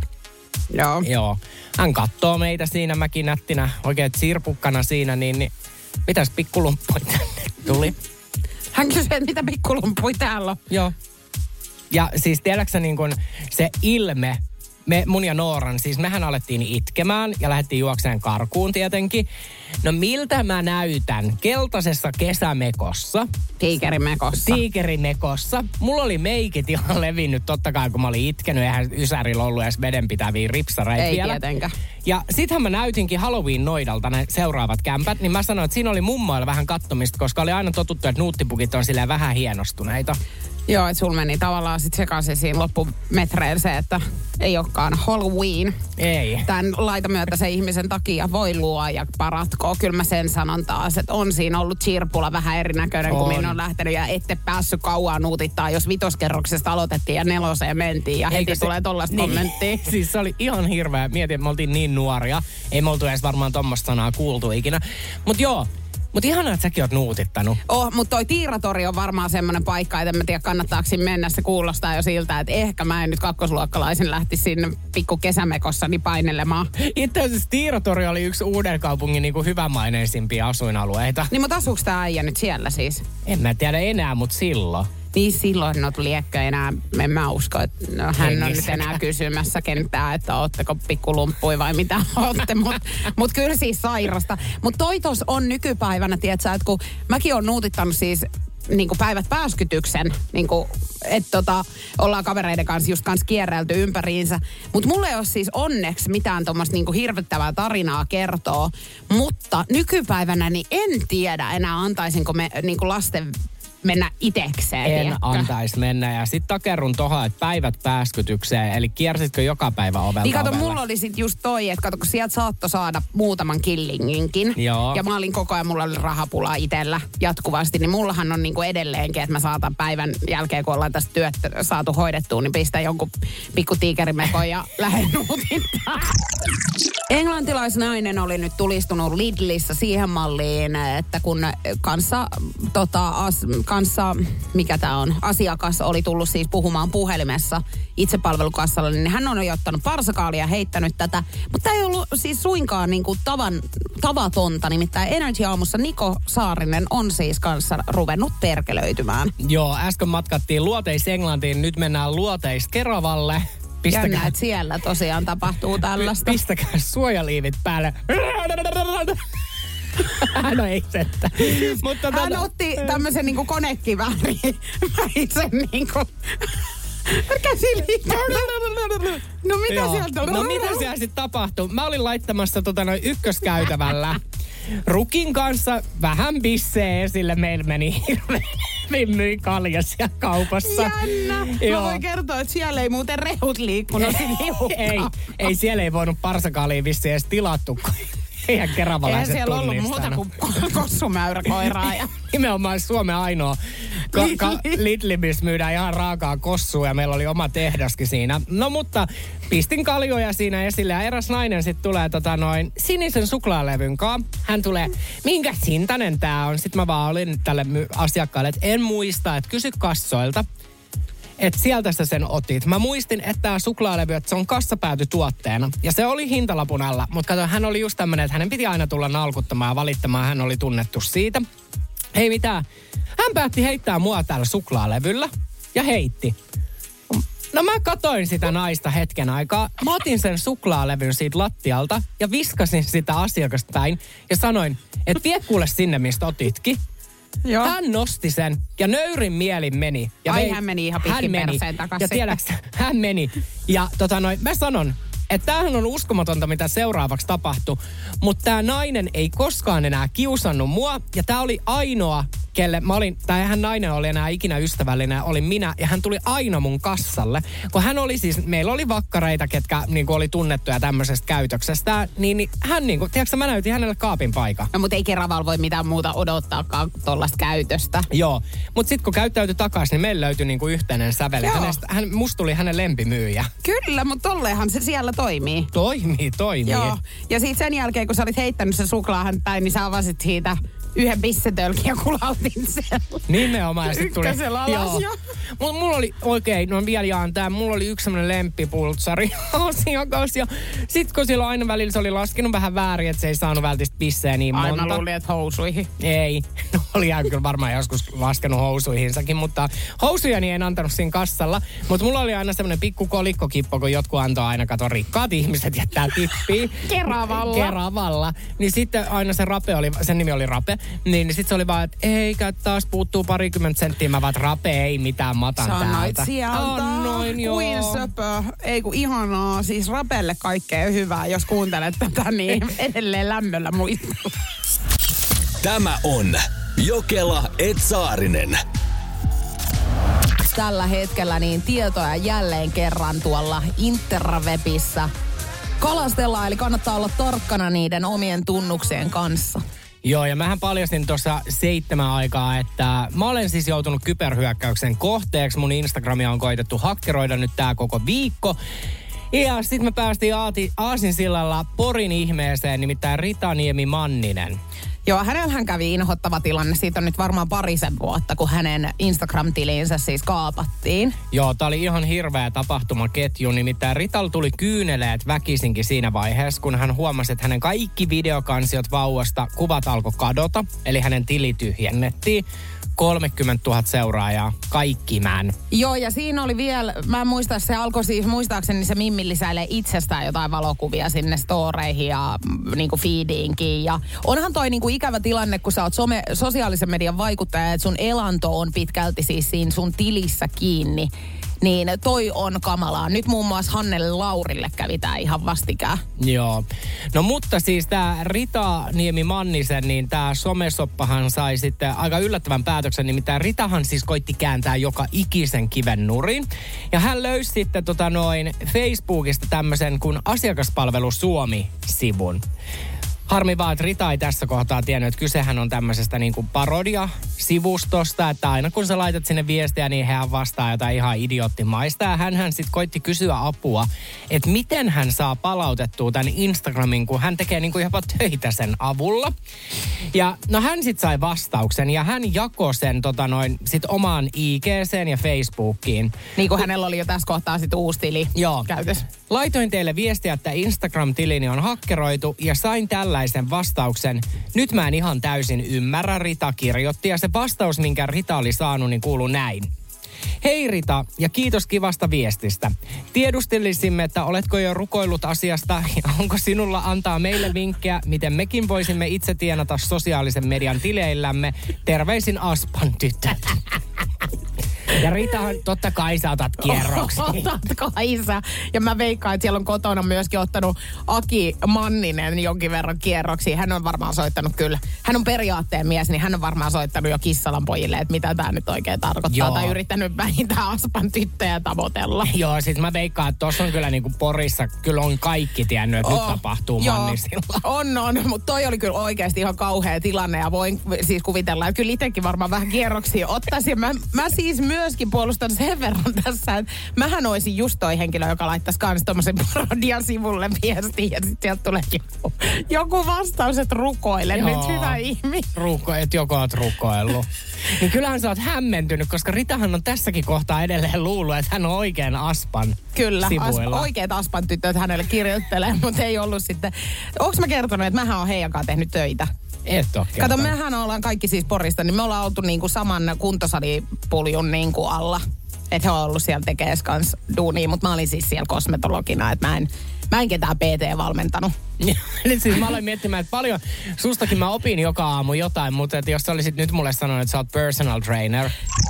Joo. Hän katsoo meitä siinä mäkinättinä, oikein sirpukkana siinä, niin mitäs pikkulumppuja tänne tuli? Hän kysyi, että mitä pikkulumppuja täällä on. Joo. Ja siis tiedätkö niin kun se ilme, mun ja Nooran, siis mehän alettiin itkemään ja lähdettiin juokseen karkuun tietenkin. No miltä mä näytän keltaisessa kesämekossa? Tiikerimekossa. Mulla oli meikit ihan levinnyt totta kai, kun mä olin itkenyt. Eihän Ysärillä ollut edes vedenpitäviä ripsareita ei vielä. Tietenkään. Ja sittenhän mä näytinkin Halloween-noidalta ne seuraavat kämpät, niin mä sanoin, että siinä oli mummoilla vähän kattomista, koska oli aina totuttu, että nuuttipukit on silleen vähän hienostuneita. Joo, että sulla meni tavallaan sit sekaisin siinä loppumetreillä se, että ei olekaan Halloween. Ei. Tämän laitamyötäisen ihmisen takia voi luoja paratkoon. Kyllä mä sen sanon taas, että on siinä ollut Chirpula vähän erinäköinen, kun minä on lähtenyt ja ette päässyt kauan nuutittaa, jos 5. kerroksesta aloitettiin ja 4. mentiin ja heti tulee tollaista kommenttia. Siis se oli ihan hirveä. Mietin, että me oltiin niin nuoria. Ei me oltu edes varmaan tommoista sanaa kuultu ikinä. Mutta joo. Mutta ihanaa, että säkin oot nuutittanut. Mutta toi Tiiratori on varmaan semmoinen paikka, että en mä tiedä kannattaako siinä mennä. Se kuulostaa jo siltä, että ehkä mä en nyt kakkosluokkalaisen lähti sinne pikku kesämekossani painelemaan. Itse asiassa Tiiratori oli yksi Uudenkaupungin niinku hyvämaineisimpia asuinalueita. Niin, mutta asuuko tää äijä nyt siellä siis? En mä tiedä enää, mutta silloin. Niin silloin liekkö enää, en mä usko, että hän on nyt enää kysymässä kentää, että ootteko pikkulumppui vai mitä ootte, mut kyllä siis sairasta. Mutta toi tos on nykypäivänä, tietsä, että kun mäkin on nuutittanut siis niinku päivät pääskytyksen, niinku, että ollaan kavereiden kanssa just kanssa kierrelty ympäriinsä. Mutta mulla ei ole siis onneksi mitään tuommoista niinku hirvittävää tarinaa kertoa, mutta nykypäivänä niin en tiedä enää antaisinko me niinku lasten mennä itekseen. En antaisi mennä. Ja sit takerrun tohon, että päivät pääskytykseen. Eli kiersitkö joka päivä ovelta niin kato, ovelle? mulla oli sit just toi, että kato, kun sieltä saattoi saada muutaman killinginkin. Joo. Ja mä olin koko ajan, mulla oli rahapulaa itsellä jatkuvasti. Niin mullahan on niinku edelleenkin, että mä saatan päivän jälkeen, kun ollaan tästä työt saatu hoidettua, niin pistän jonkun pikku tiikerimekon ja lähden nuutittaa. Englantilaisnainen oli nyt tulistunut Lidlissä siihen malliin, että kun kanssa, mikä tää on, asiakas oli tullut siis puhumaan puhelimessa itsepalvelukassalle, niin hän on jo ottanut parsakaalia ja heittänyt tätä. Mutta tämä ei ollut siis suinkaan niinku tavatonta, nimittäin Energy aamussa Niko Saarinen on siis kanssa ruvennut perkelöitymään. Joo, äsken matkattiin Luoteis Englantiin, nyt mennään Luoteis Keravalle. Jännä, että siellä tosiaan tapahtuu tällaista. Pistäkää suojaliivit päälle. No ei settä. Mutta hän otti tämmöisen niinku konekiväärin. Sen niinku käsiliikkeellä. No mitä sieltä on? No mitä siellä sitten tapahtui? Mä olin laittamassa ykköskäytävällä Rukin kanssa vähän bissee esille. Meillä meni hirveän myi kalja siellä kaupassa. Jännä. Mä voin kertoa, että siellä ei muuten rehut liikkunut ei siellä ei voinut parsakaalia vissiin edes tilattu. Eihän keravalaiset siellä ollut muuta kuin kossumäyräkoiraa. Ja nimenomaan Suomen ainoa Lidl, missä myydään ihan raakaa kossua ja meillä oli oma tehdaskin siinä. No mutta pistin kaljoja siinä esille ja eräs nainen sitten tulee sinisen suklaalevyn kanssa. Hän tulee, minkä hintainen tää on? Sitten mä vaan olin tälle asiakkaalle, että en muista, että kysy kassoilta. Että sieltä sä sen otit. Mä muistin, että tää suklaalevy, että se on kassapäätytuotteena. Ja se oli hintalapun alla. Mutta kato, hän oli just tämmönen, että hänen piti aina tulla nalkuttamaan ja valittamaan. Hän oli tunnettu siitä. Ei mitään. Hän päätti heittää mua täällä suklaalevyllä. Ja heitti. No mä katoin sitä naista hetken aikaa. Mä otin sen suklaalevyn siitä lattialta ja viskasin sitä asiakasta päin. Ja sanoin, että vie kuule sinne, mistä otitkin. Joo. Hän nosti sen ja nöyrin mielin meni. Ja hän meni ihan pitkin perseen takaisin. Ja tiedätkö, hän meni. Ja mä sanon, että tämähän on uskomatonta, mitä seuraavaksi tapahtui. Mutta tämä nainen ei koskaan enää kiusannut mua. Ja tämä oli ainoa, kelle hän nainen oli enää ikinä ystävällinen, olin minä. Ja hän tuli aina mun kassalle. Kun hän oli siis, meillä oli vakkareita, ketkä niinku oli tunnettuja tämmöisestä käytöksestä. Niin hän tiedätkö, mä näytin hänelle kaapin paikan. No mutta ei Keraval voi mitään muuta odottaakaan tollaista käytöstä. Joo, mutta sitten kun käyttäytyi takaisin, niin meillä löytyi niinku yhteinen sävel. Musta tuli hänen lempimyyjä. Kyllä, mutta tolleenhan se siellä toimii. Toimii. Joo, ja sitten sen jälkeen, kun sä olit heittänyt sen suklaahan päin, niin sä avasit siitä yhden pissetölkin ja kulautin siellä. Nimenomaan. Ja sit tuli, Ykkösellä alas jo. Mulla oli, no vielä jaan tää, mulla oli yksi semmonen lemppipultsari asiakas. Ja sit kun silloin aina välillä se oli laskenut vähän väärin, että se ei saanut välttämättä pisseä niin monta. Mä luulin, että housuihin. Ei. No oli ihan kyllä varmaan joskus laskenut housuihinsakin, mutta housujani en antanut siinä kassalla. Mutta mulla oli aina semmoinen pikku kolikkokippo, kun jotkut antoi aina rikkaat ihmiset jättää tippiä. Keravalla. Niin sitten aina se Rape oli, sen nimi oli Rape, niin sitten se oli vaan, että eikä taas puuttuu 20 senttiä. Mä vaan, Rape ei mitään matan täältä. Sanoit sieltä. Annoin, joo. Kuin söpö. Ei kun ihanaa. Siis Rapelle kaikkea hyvää, jos kuuntelet tätä, niin edelleen lämmöllä muistella. Tämä on Jokela & Saarinen. Tällä hetkellä niin tietoja jälleen kerran tuolla interwebissä kalastellaan, eli kannattaa olla tarkkana niiden omien tunnuksien kanssa. Joo, ja mähän paljastin tuossa 7 aikaa, että mä olen siis joutunut kyberhyökkäyksen kohteeksi. Mun Instagramia on koitettu hakkeroida nyt tää koko viikko. Ja sitten me päästiin Aasinsillalla Porin ihmeeseen, nimittäin Ritaniemi Manninen. Joo, hänellähän kävi inhottava tilanne. Siitä on nyt varmaan parisen vuotta, kun hänen Instagram-tilinsä siis kaapattiin. Joo, tää oli ihan hirveä tapahtumaketju. Nimittäin Ritalla tuli kyyneleet väkisinkin siinä vaiheessa, kun hän huomasi, että hänen kaikki videokansiot vauvasta kuvat alkoi kadota. Eli hänen tili tyhjennettiin. 30 000 seuraajaa, kaikki män. Joo, ja siinä oli vielä, mä en muista, se alkoi siis muistaakseni se Mimmi lisäilee itsestään jotain valokuvia sinne storeihin ja niinku feediinkin. Ja onhan toi niinku ikävä tilanne, kun sä oot sosiaalisen median vaikuttaja, että sun elanto on pitkälti siis siinä sun tilissä kiinni. Niin toi on kamalaa. Nyt muun muassa Hannelle Laurille kävi tää ihan vastikään. Joo. No mutta siis tää Ritaniemi Mannisen, niin tää somesoppahan sai sitten aika yllättävän päätöksen. Nimittäin Ritahan siis koitti kääntää joka ikisen kiven nurin. Ja hän löysi sitten Facebookista tämmöisen kuin Asiakaspalvelu Suomi-sivun. Harmi vaan, että Rita ei tässä kohtaa tiennyt, että kysehän on tämmöisestä niin kuin parodia-sivustosta, että aina kun sä laitat sinne viestiä, niin hän vastaa jotain ihan idioottimaista. Ja hänhän sitten koitti kysyä apua, että miten hän saa palautettua tämän Instagramin, kun hän tekee niin kuin jopa töitä sen avulla. Ja no hän sitten sai vastauksen ja hän jakoi sen sit omaan IG:seen ja Facebookiin. Niin kuin hänellä oli jo tässä kohtaa sitten uusi tili käytössä. Laitoin teille viestiä, että Instagram-tilini on hakkeroitu ja sain tällaisen vastauksen. Nyt mä en ihan täysin ymmärrä, Rita kirjoitti. Ja se vastaus, minkä Rita oli saanut, niin kuuluu näin. Hei Rita, ja kiitos kivasta viestistä. Tiedustelisimme, että oletko jo rukoillut asiasta ja onko sinulla antaa meille vinkkejä, miten mekin voisimme itse tienata sosiaalisen median tileillämme. Terveisin Aspan tytöt. Ja Ritahan, totta kai sä otat kierroksia. Otat Kaisa. Ja mä veikkaan, että siellä on kotona myöskin ottanut Aki Manninen jonkin verran kierroksia. Hän on varmaan soittanut kyllä. Hän on periaatteen mies, niin hän on varmaan soittanut jo Kissalan pojille, että mitä tää nyt oikein tarkoittaa. Joo. Tai yrittänyt vähintään Aspan tyttöjä tavoitella. Joo, sit mä veikkaan, että tossa on kyllä niinku Porissa, kyllä on kaikki tiennyt, että nyt tapahtuu Mannisilla. On, mutta toi oli kyllä oikeasti ihan kauhea tilanne ja voin siis kuvitella, että kyllä itsekin varmaan vähän kierroksia ottaisin. Mä siis myöskin puolustan sen verran tässä, että mähän olisin just toi henkilö, joka laittaisi kans tommosen parodian sivulle viestiin ja sitten sieltä tulee joku vastaus, että rukoile nyt, hyvä ihminen. Että joko oot rukoillut. Niin kyllähän sä oot hämmentynyt, koska Ritahan on tässäkin kohtaa edelleen luullut, että hän on oikein Aspan kyllä, sivuilla. Oikeat Aspan tytöt hänelle kirjoittelee, mutta ei ollut sitten. Onks mä kertonut, että mähän on heidän kanssa tehnyt töitä? Et ole Kato, mehän ollaan kaikki siis Porista, niin me ollaan oltu niinku saman kuntosalipuljun niinku alla. Että he on ollut siellä tekee kans duunia, mutta mä olin siis siellä kosmetologina, että mä en ketään PT-valmentanut. Nyt siis mä aloin miettimään, että paljon sustakin mä opin joka aamu jotain, mutta että jos sä olisit nyt mulle sanonut, että sä oot personal trainer.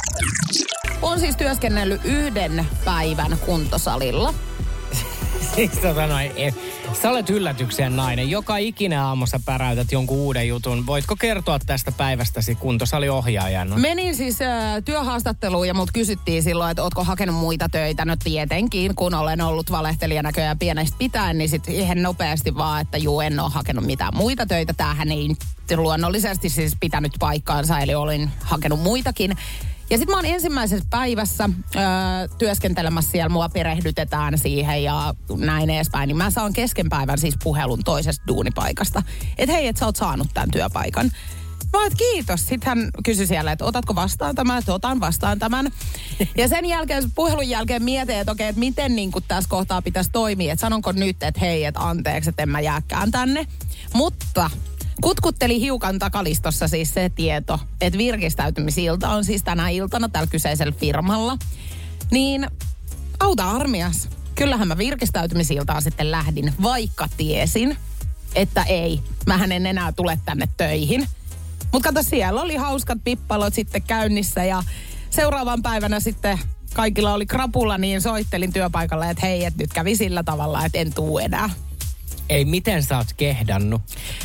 On siis työskennellyt 1 päivän kuntosalilla. Siis sä olet yllätykseen nainen. Joka ikinen aamu sä päräytät jonkun uuden jutun. Voitko kertoa tästä päivästäsi kuntosaliohjaajana? Menin siis työhaastatteluun ja mut kysyttiin silloin, että ootko hakenut muita töitä. No tietenkin, kun olen ollut valehtelijanäköjään pienestä pitäen, niin sit ihan nopeasti vaan, että en ole hakenut mitään muita töitä. Tämähän ei luonnollisesti siis pitänyt paikkaansa, eli olin hakenut muitakin. Ja sitten mä oon ensimmäisessä päivässä työskentelemässä siellä, mua perehdytetään siihen ja näin edespäin. Niin mä saan kesken päivän siis puhelun toisesta duunipaikasta. Että hei, että sä oot saanut tämän työpaikan. Mä oon, kiitos. Sitten hän kysyi siellä, että otatko vastaan tämän, että otan vastaan tämän. Ja sen jälkeen, puhelun jälkeen mietin, että okei, että miten niin kuin tässä kohtaa pitäisi toimia. Että sanonko nyt, että hei, että anteeksi, että en mä jääkään tänne. Mutta kutkutteli hiukan takalistossa siis se tieto, että virkistäytymisilta on siis tänä iltana tällä kyseisellä firmalla. Niin auta armias. Kyllähän mä virkistäytymisiltaan sitten lähdin, vaikka tiesin, että ei, mähän en enää tule tänne töihin. Mutta kato, siellä oli hauskat pippalot sitten käynnissä ja seuraavan päivänä sitten kaikilla oli krapula, niin soittelin työpaikalle, että hei, että nyt kävi sillä tavalla, että en tuu enää. Ei, miten sä oot kehdannut?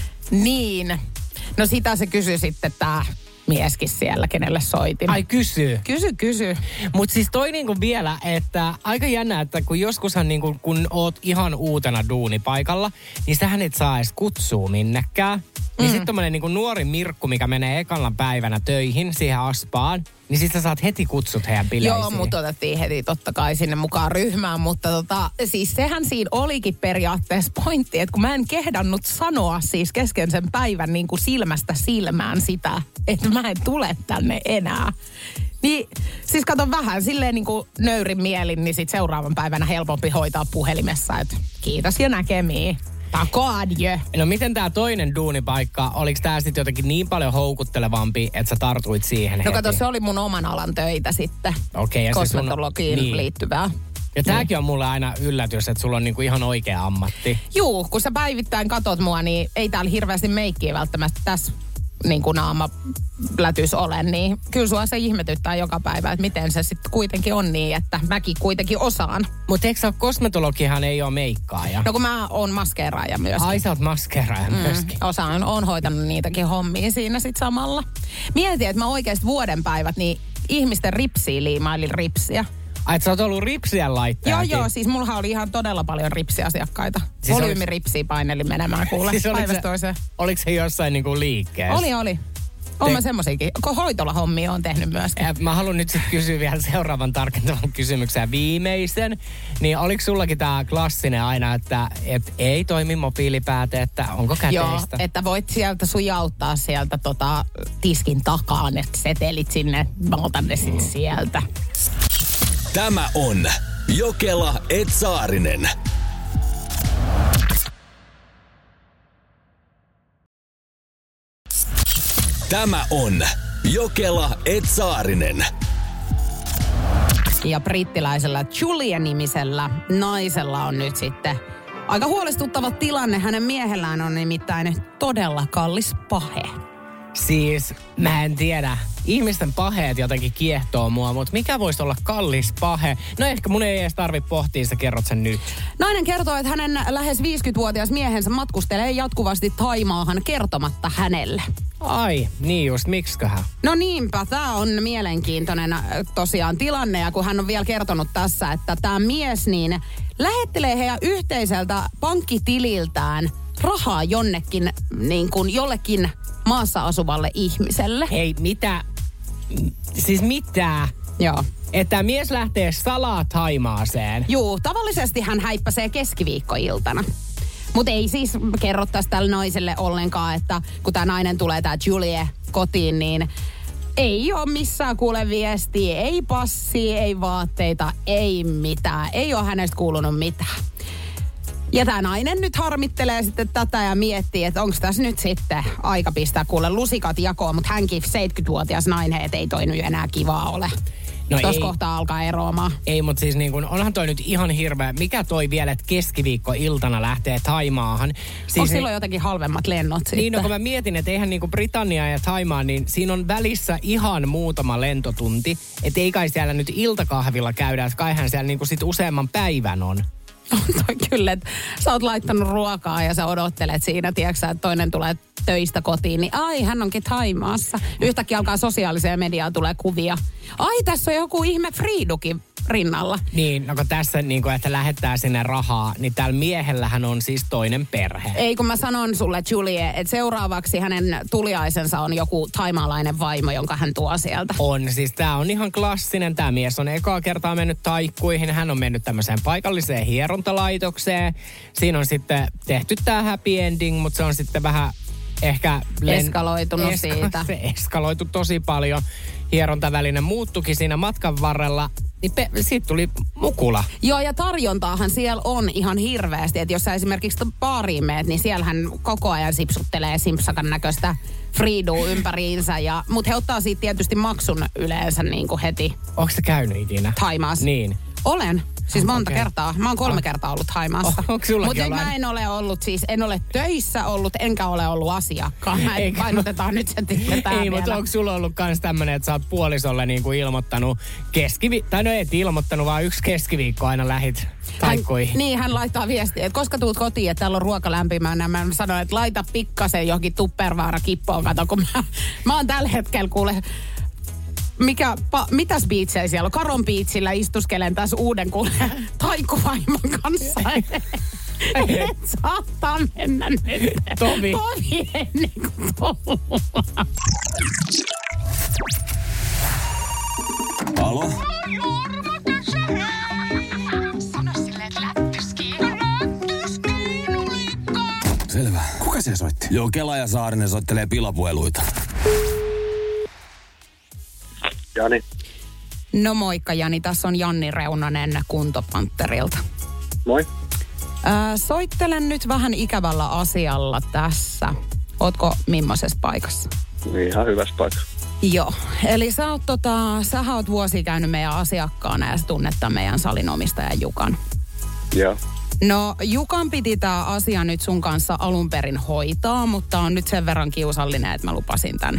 Niin. No sitä se kysyi sitten tää mieskin siellä, kenelle soitin. Ai kysy. Kysy. Mutta siis toi niinku vielä, että aika jännä, että kun joskushan niinku, kun oot ihan uutena duunipaikalla, niin sähän et saa edes kutsua minnekään. Niin sitten tommonen niinku nuori Mirkku, mikä menee ekalla päivänä töihin siihen Aspaan, niin sit sä saat heti kutsut heidän bileisiin. Joo, mut otettiin heti totta kai sinne mukaan ryhmään, mutta siis sehän siinä olikin periaatteessa pointti, että kun mä en kehdannut sanoa siis kesken sen päivän niin kuin silmästä silmään sitä, että mä en tule tänne enää. Niin, siis kato vähän silleen niin kuin nöyrin mielin, niin sit seuraavan päivänä helpompi hoitaa puhelimessa, että kiitos ja näkemiin. Adieu. No miten tää toinen duunipaikka, oliko tää sitten jotenkin niin paljon houkuttelevampi, että sä tartuit siihen heti? No kato, se oli mun oman alan töitä sitten. Okei, ja kosmetologiin liittyvää. Ja tääkin on mulle aina yllätys, että sulla on niinku ihan oikea ammatti. Juu, kun sä päivittäin katot mua, niin ei täällä hirveästi meikkiä välttämättä tässä niin kuin naamalätys ole, niin kyllä sua se ihmetyttää joka päivä, että miten se sitten kuitenkin on niin, että mäkin kuitenkin osaan. Mutta eikö sä ole kosmetologihan ei ole meikkaaja? No kun mä oon maskeeraaja myöskin. Ai sä oot maskeeraaja myöskin. Oon hoitanut niitäkin hommia siinä sitten samalla. Mietin, että mä oikeasti vuoden päivät niin ihmisten ripsiin liimailin ripsiä. Ai, että sä oot ollut ripsien laittajakin? Joo, siis mullahan oli ihan todella paljon ripsiasiakkaita. Siis volyymiripsiä painelin menemään kuule siis päivästä toiseen. Oliko se jossain niinku liikkeessä? Oli. Oon mä semmosiakin. Hoitolahommia on tehnyt myöskin. Mä haluan nyt sitten kysyä vielä seuraavan tarkentavan kysymyksen viimeisen. Niin oliko sullakin tää klassinen aina, että ei toimi mobiilipääte, että onko käteistä? Joo, että voit sieltä sujauttaa sieltä tiskin takaan, että setelit sinne, mä otan ne sitten sieltä. Tämä on Jokela et Saarinen. Tämä on Jokela et Saarinen. Ja brittiläisellä Julia-nimisellä naisella on nyt sitten aika huolestuttava tilanne. Hänen miehellään on nimittäin todella kallis pahe. Siis, mä en tiedä. Ihmisten paheet jotenkin kiehtoo mua, mutta mikä voisi olla kallis pahe? No ehkä mun ei edes tarvitse pohtia, sä kerrot sen nyt. Nainen kertoo, että hänen lähes 50-vuotias miehensä matkustelee jatkuvasti Thaimaahan kertomatta hänelle. Ai, niin just, miksiköhän? No niinpä, tää on mielenkiintoinen tosiaan tilanne, ja kun hän on vielä kertonut tässä, että tämä mies niin lähettelee heidän yhteiseltä pankkitililtään rahaa jonnekin, niin kuin jollekin maassa asuvalle ihmiselle. Hei, mitä? Siis mitä? Joo. Että mies lähtee salaa Thaimaaseen. Juu, tavallisesti hän häippäsee keskiviikkoiltana. Mutta ei siis kerrottaisi tälle naiselle ollenkaan, että kun tämä nainen tulee, tämä Julie, kotiin, niin ei ole missään kuule viestiä, ei passia, ei vaatteita, ei mitään. Ei ole hänestä kuulunut mitään. Ja tämä nainen nyt harmittelee sitten tätä ja miettii, että onko tässä nyt sitten aika pistää kuule lusikat jakoon, mutta hänkin 70-vuotias nainen, että ei toi nyt enää kivaa ole. No tuossa kohtaa alkaa eroamaan. Ei, mutta siis niin kun, onhan toi nyt ihan hirveä. Mikä toi vielä, että keskiviikko-iltana lähtee Thaimaahan? Siis onko silloin jotenkin halvemmat lennot sitten? Niin, no kun mä mietin, että eihän niinku Britannia ja Thaimaa, niin siinä on välissä ihan muutama lentotunti. Että ei kai siellä nyt iltakahvilla käydä, että kaihan siellä niinku sit useamman päivän on. On toi kyllä, että sä oot laittanut ruokaa ja sä odottelet siinä, tiedätkö että toinen tulee töistä kotiin, niin ai, hän onkin Thaimaassa. Yhtäkkiä alkaa sosiaaliseen mediaan tulee kuvia. Ai, tässä on joku ihme Friidukin rinnalla. Niin, no kun tässä niin kun, että lähettää sinne rahaa, niin täällä miehellähän on siis toinen perhe. Ei, kun mä sanon sulle, Julie, että seuraavaksi hänen tuliaisensa on joku thaimaalainen vaimo, jonka hän tuo sieltä. On, siis tää on ihan klassinen. Tää mies on ekaa kertaa mennyt taikkuihin. Hän on mennyt tämmöiseen paikalliseen hierontalaitokseen. Siinä on sitten tehty tää happy ending, mutta se on sitten vähän ehkä Eskaloitunut siitä. Se eskaloitu tosi paljon. Hierontaväline muuttukin siinä matkan varrella. Niin siitä tuli mukula. Joo, ja tarjontaahan siellä on ihan hirveästi. Että jos sä esimerkiksi baariin meet, niin siellähän koko ajan sipsuttelee simpsakan näköistä friidua ympäriinsä. Mutta he ottaa siitä tietysti maksun yleensä niin kuin heti. Onko sä käynyt ikinä? Thaimaassa. Niin. Olen. Siis monta kertaa. Mä oon 3 kertaa ollut Thaimaassa. Mutta mä en ole ollut en ole töissä ollut, enkä ole ollut asiakkaan. Painotetaan nyt sen tiedetään. Ei, mutta onko sulla ollut kans tämmönen, että sä oot puolisolle niinku ilmoittanut tai no et ilmoittanut, vaan 1 keskiviikko aina lähit taikkoihin. Hän laittaa viestiä, että koska tuut kotiin, että täällä on ruoka lämpimänä. Mä sanoin, että laita pikkasen johonkin Tupperware-kippoon. Kato, kun mä oon tällä hetkellä kuule... Mitäs biitsejä siellä on? Karon biitsillä istuskelen tässä uuden kuule taikuvaimon kanssa. Et saattaa mennä nyt. Tovi ennen kuin tulla. Alo? Sano silleen, että lättyskii. Selvä. Kuka se soitti? Joo, Kela ja Saarinen soittelee pilapueluita. Jani. No moikka Jani, tässä on Janni Reunanen Kuntopantterilta. Moi. Soittelen nyt vähän ikävällä asialla tässä. Ootko millaisessa paikassa? Ihan hyvässä paikassa. Joo, eli sähän oot vuosia käynyt meidän asiakkaana ja sä tunnet tämän meidän salinomistajan Jukan. Joo. No Jukan piti tää asia nyt sun kanssa alun perin hoitaa, mutta on nyt sen verran kiusallinen, että mä lupasin tämän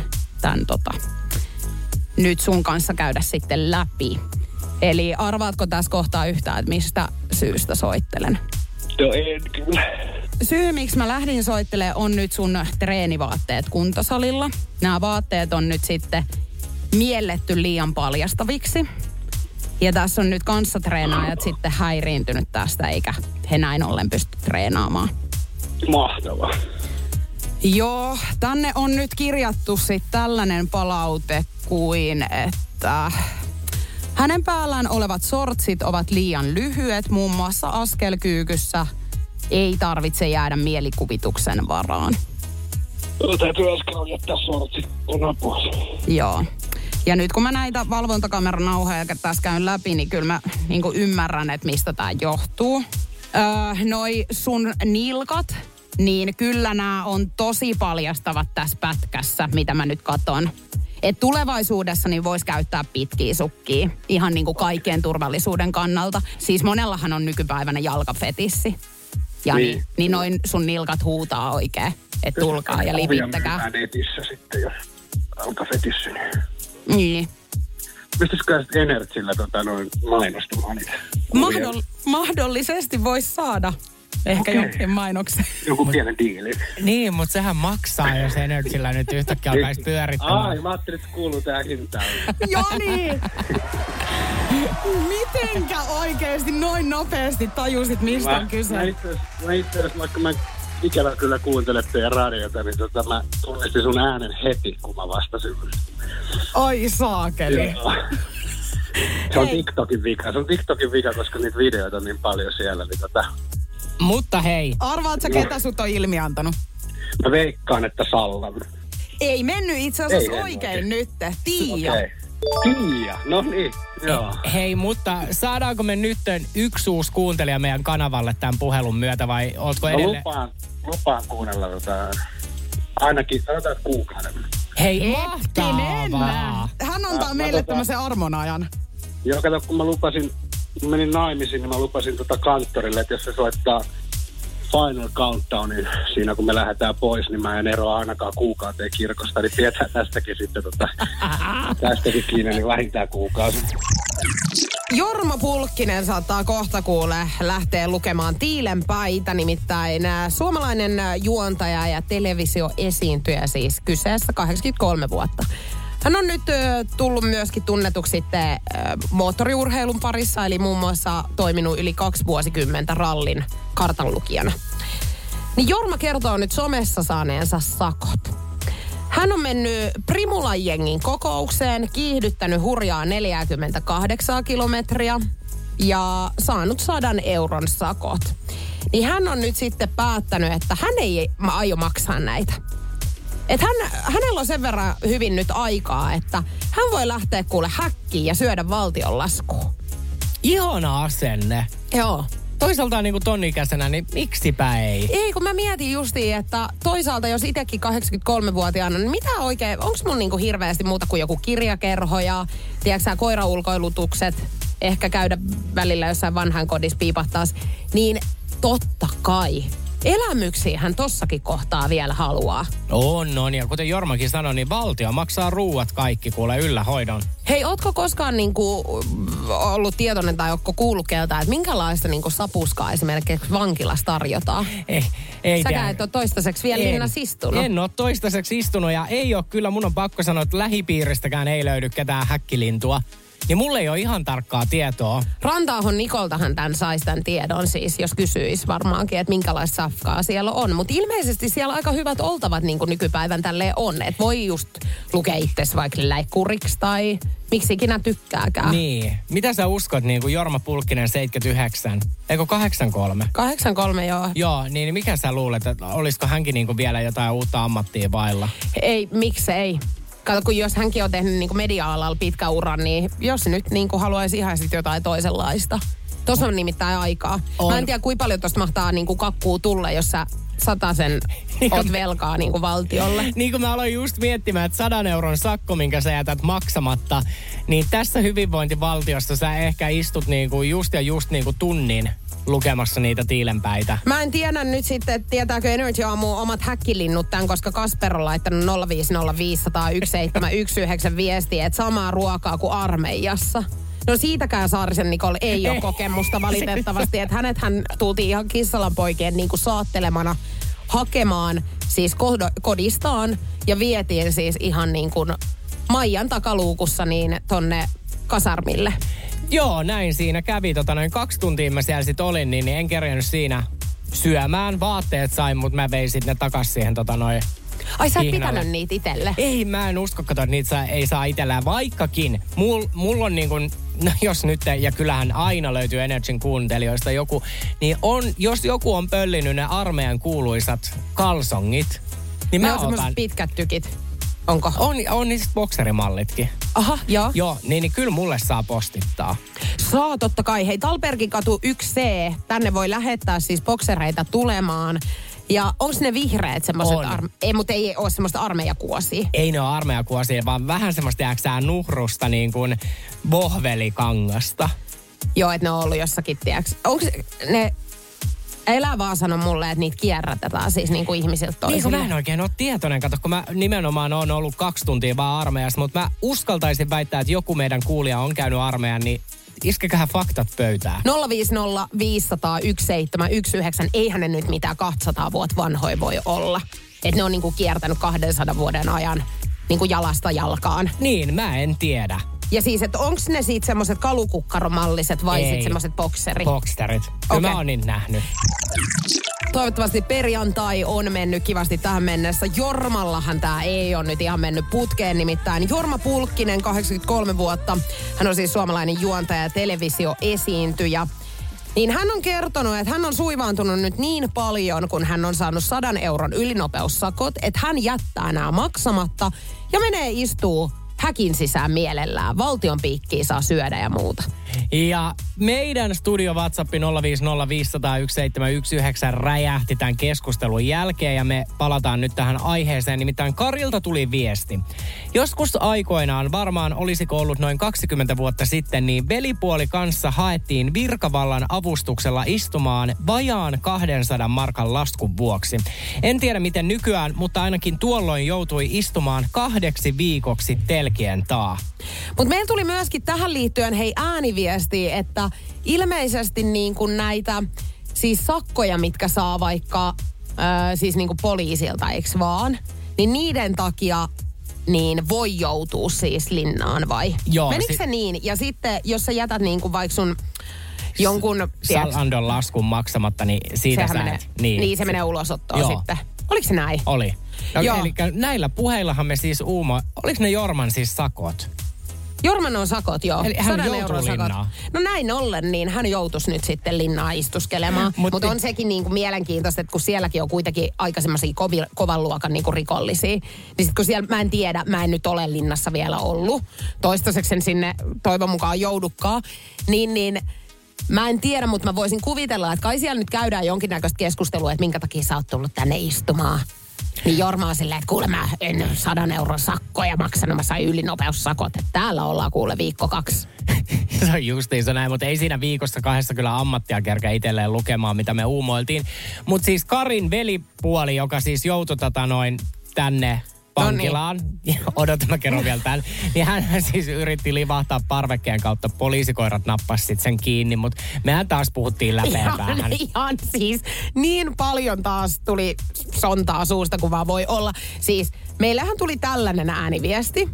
nyt sun kanssa käydä sitten läpi. Eli arvaatko tässä kohtaa yhtään, että mistä syystä soittelen? Joo, en kyllä. Syy, miksi mä lähdin soittelemaan, on nyt sun treenivaatteet kuntosalilla. Nämä vaatteet on nyt sitten mielletty liian paljastaviksi. Ja tässä on nyt kanssatreenaajat sitten häiriintynyt tästä, eikä he näin ollen pysty treenaamaan. Mahtavaa. Joo, tänne on nyt kirjattu sitten tällainen palaute kuin, että hänen päällään olevat sortsit ovat liian lyhyet, muun muassa askelkyykyssä. Ei tarvitse jäädä mielikuvituksen varaan. Täytyy äsken jättää sortsit pois. Joo. Ja nyt kun mä näitä valvontakameranauhoja tässä käyn läpi, niin kyllä mä niin kuin ymmärrän, että mistä tää johtuu. Noi sun nilkat, niin kyllä nämä on tosi paljastavat tässä pätkässä, mitä mä nyt katon. Et tulevaisuudessa niin voisi käyttää pitkiä sukkia ihan niin kuin kaikkien turvallisuuden kannalta. Siis monellahan on nykypäivänä jalkafetissi. Ja niin noin sun nilkat huutaa oikein, että tulkaa ja lipittäkää. Netissä sitten, jos jalkafetissi. Niin. Pystyisikö sitten Energillä mainostamaan niitä? Mahdollisesti voisi saada. Ehkä jonkin mainoksen. Joku pienen diili. Niin, mutta sehän maksaa, jos Energillä nyt yhtäkkiä alkaisi pyörittämään. Ai, mä ajattelin, että kuuluu tähän hintaan. Jani! Mitenkä oikeesti noin nopeasti tajusit, mistä on kyse? Mä itse asiassa, vaikka mä ikävä kyllä kuuntele teidän radiota, niin mä tunnistin sun äänen heti, kun mä vastasin. Oi saakeli. Se on TikTokin vika. Koska niitä videoita on niin paljon siellä. Niin Mutta hei. Arvaat sä, ketä sut on ilmiantanut? Mä veikkaan, että Sallan. Ei mennyt itse asiassa oikein nyt. Tiia. Okay. Tiia, no niin, joo. Hei, mutta saadaanko me nyt yksi uusi kuuntelija meidän kanavalle tämän puhelun myötä vai ootko edelleen? Lupaan kuunnella ainakin sanotaan kuukauden. Hei, mahtavaa. Hän antaa meille tämmöisen armonajan. Joo, kato, kun kun menin naimisiin, niin mä lupasin kanttorille, että jos se soittaa Final Countdownin siinä, kun me lähdetään pois, niin mä en eroa ainakaan kuukauteen kirkosta, niin pidetään tästäkin sitten tästäkin kiinni, niin vähintään kuukausi. Jorma Pulkkinen saattaa kohta lähteä lukemaan Tiilenpäitä, nimittäin suomalainen juontaja ja televisioesiintyjä siis kyseessä 83 vuotta. Hän on nyt tullut myöskin tunnetuksi sitten moottoriurheilun parissa, eli muun muassa toiminut yli 2 vuosikymmentä rallin kartanlukijana. Niin Jorma kertoo nyt somessa saaneensa sakot. Hän on mennyt Primulan-jengin kokoukseen, kiihdyttänyt hurjaa 48 kilometriä ja saanut 100 euron sakot. Niin hän on nyt sitten päättänyt, että hän ei aio maksaa näitä. Että hänellä on sen verran hyvin nyt aikaa, että hän voi lähteä kuule häkkiin ja syödä valtion laskuun. Ihana asenne. Joo. Toisaalta niin kuin tonnikäisenä, niin miksipä ei? Ei, kun mä mietin justiin, että toisaalta jos itsekin 83-vuotiaana, niin mitä oikein, onko mun niinku hirveästi muuta kuin joku kirjakerho ja tiedätkö koiraulkoilutukset, ehkä käydä välillä jossain vanhainkodissa piipahtaas, niin totta kai. Elämyksiä hän tossakin kohtaa vielä haluaa. On. Ja kuten Jormakin sanoi, niin valtio maksaa ruuat kaikki kuule yllähoidon. Hei, ootko koskaan niinku ollut tietoinen tai ootko kuullut keltään, että minkälaista niinku sapuskaa esimerkiksi vankilassa tarjotaan? Ei Säkään et ole toistaiseksi vielä linnassa istunut. En ole toistaiseksi istunut ja ei ole kyllä, mun on pakko sanoa, että lähipiiristäkään ei löydy ketään häkkilintua. Ja mulle ei ole ihan tarkkaa tietoa. Rantaahon Nikoltahan saisi tämän tiedon siis, jos kysyisi varmaankin, että minkälaista safkaa siellä on. Mutta ilmeisesti siellä aika hyvät oltavat niin kuin nykypäivän tälleen on. Että voi just lukea itsesi vaikka läikkuriksi tai miksi ikinä tykkääkään. Niin. Mitä sä uskot, niin kuin Jorma Pulkkinen 79? Eikö 83? 83, joo. Joo, niin mikä sä luulet, että olisiko hänkin niin kuin vielä jotain uutta ammattia vailla? Ei, miksei? Kato, kun jos hänkin on tehnyt niin kuin media-alalla pitkä uran, niin jos nyt niin kuin haluaisi ihan sitten jotain toisenlaista. Tuossa on nimittäin aikaa. Mä en tiedä, kuinka paljon tuosta mahtaa niin kuin kakkuu tulla, jos sä 100 oot velkaa niin kuin valtiolle. Niin kuin mä aloin just miettimään, että 100 euron sakko, minkä sä jätät maksamatta, niin tässä hyvinvointivaltiossa sä ehkä istut niin kuin just niin kuin tunnin lukemassa niitä tiilenpäitä. Mä en tiedä nyt sitten, että tietääkö Energy Aamu omat häkkilinnut tämän, koska Kasper on laittanut 050501719 viestiä, että samaa ruokaa kuin armeijassa. No siitäkään Saarisen Nikolle ei ole kokemusta valitettavasti, että hän tultiin ihan kissalanpoikien niin kuin saattelemana hakemaan siis kodistaan ja vietiin siis ihan niin kuin Maijan takaluukussa niin tonne kasarmille. Joo, näin siinä kävi. 2 tuntia mä siellä sit olin, niin en kerännyt siinä syömään. Vaatteet sain, mutta mä vein sitten ne takas siihen Ai sä et pitänyt niitä itselle? Ei, mä en usko, että niitä ei saa itsellään. Vaikkakin, mulla on niin kuin, no jos nyt, ja kyllähän aina löytyy Energyn kuuntelijoista joku, niin jos joku on pöllinyt ne armeijan kuuluisat kalsongit, niin ne mä on semmoiset pitkät tykit. Onko? On niistä bokserimallitkin. Aha, joo. Joo, niin kyllä mulle saa postittaa. Saa totta kai. Hei, Talbergin katu 1C. Tänne voi lähettää siis boksereita tulemaan. Ja onko ne vihreät semmoiset? Ei, mutta ei ole semmoista armeijakuosia. Ei ne ole armeijakuosia, vaan vähän semmoista jääksää nuhrusta niin kuin bohvelikangasta. Joo, että ne on ollut jossakin, tiedäks. Onko ne... Elää vaan sano mulle, että niitä kierrätetään siis niin kuin ihmisiltä toisille. Niin kuin mä en oikein ole tietoinen, kato, kun mä nimenomaan oon ollut 2 tuntia vaan armeijassa, mutta mä uskaltaisin väittää, että joku meidän kuulija on käynyt armeijan, niin iskeköhän faktat pöytään. 050501719. Eihän ne nyt mitään 200 vuotta vanhoja voi olla. Että ne on niin kuin kiertänyt 200 vuoden ajan niin kuin jalasta jalkaan. Niin, mä en tiedä. Ja siis, että onko ne siitä semmoiset kalukukkaromalliset vai sitten semmoiset bokserit? Bokserit. Kyllä mä oon niin nähnyt. Toivottavasti perjantai on mennyt kivasti tähän mennessä. Jormallahan tää ei ole nyt ihan mennyt putkeen, nimittäin Jorma Pulkkinen, 83 vuotta. Hän on siis suomalainen juontaja ja televisioesiintyjä. Niin hän on kertonut, että hän on suivaantunut nyt niin paljon, kun hän on saanut 100 euron ylinopeussakot, että hän jättää nämä maksamatta ja menee istuu häkin sisään mielellään. Valtion piikkiä saa syödä ja muuta. Ja meidän studio WhatsApp 050501719 räjähti tämän keskustelun jälkeen ja me palataan nyt tähän aiheeseen. Nimittäin Karilta tuli viesti. Joskus aikoinaan, varmaan olisiko ollut noin 20 vuotta sitten, niin velipuoli kanssa haettiin virkavallan avustuksella istumaan vajaan 200 markan laskun vuoksi. En tiedä miten nykyään, mutta ainakin tuolloin joutui istumaan 2 viikoksi telkien taa. Mutta meillä tuli myöskin tähän liittyen ääniviesti, että ilmeisesti niin kuin näitä siis sakkoja, mitkä saa vaikka siis niin kuin poliisilta, eikö vaan? Niin niiden takia niin voi joutua siis linnaan vai? Joo. Menikö se niin? Ja sitten jos sä jätät niin kuin vaikka sun jonkun... Salandon laskun maksamatta, niin siitä sä et. Niin, se menee ulosottoon sitten. Oliko se näin? Oli. No, eli näillä puheillahan me siis oliko ne Jorman siis sakot? Jorman on sakot, joo. Eli hän 100 joutuu euron sakot. linnaan. No näin ollen, niin hän joutuisi nyt sitten linnaan istuskelemaan. Mutta on sekin niin kuin mielenkiintoista, että kun sielläkin on kuitenkin aika semmoisia kovan luokan niin kuin rikollisia. Niin sitten kun siellä, mä en nyt ole linnassa vielä ollut. Toistaiseksi en sinne toivon mukaan joudukaan. Niin mä en tiedä, mutta mä voisin kuvitella, että kai siellä nyt käydään jonkinnäköistä keskustelua, että minkä takia sä oot tullut tänne istumaan. Niin Jorma on silleen, että kuule mä en 100 euron sakkoja maksanut, mä sain ylinopeussakot. Että täällä ollaan kuule viikko 2. Se on justiinsa näin, mutta ei siinä viikossa 2 kyllä ammattia kerkeä itselleen lukemaan, mitä me uumoiltiin. Mutta siis Karin velipuoli, joka siis joutui tänne vankilaan, odotan mä kerron vielä tämän, niin hän siis yritti livahtaa parvekkeen kautta, poliisikoirat nappasi sit sen kiinni, mutta mehän taas puhuttiin läpeen päähän. Ihan siis niin paljon taas tuli sontaa suusta kuin vaan voi olla. Siis meillähän tuli tällainen ääniviesti.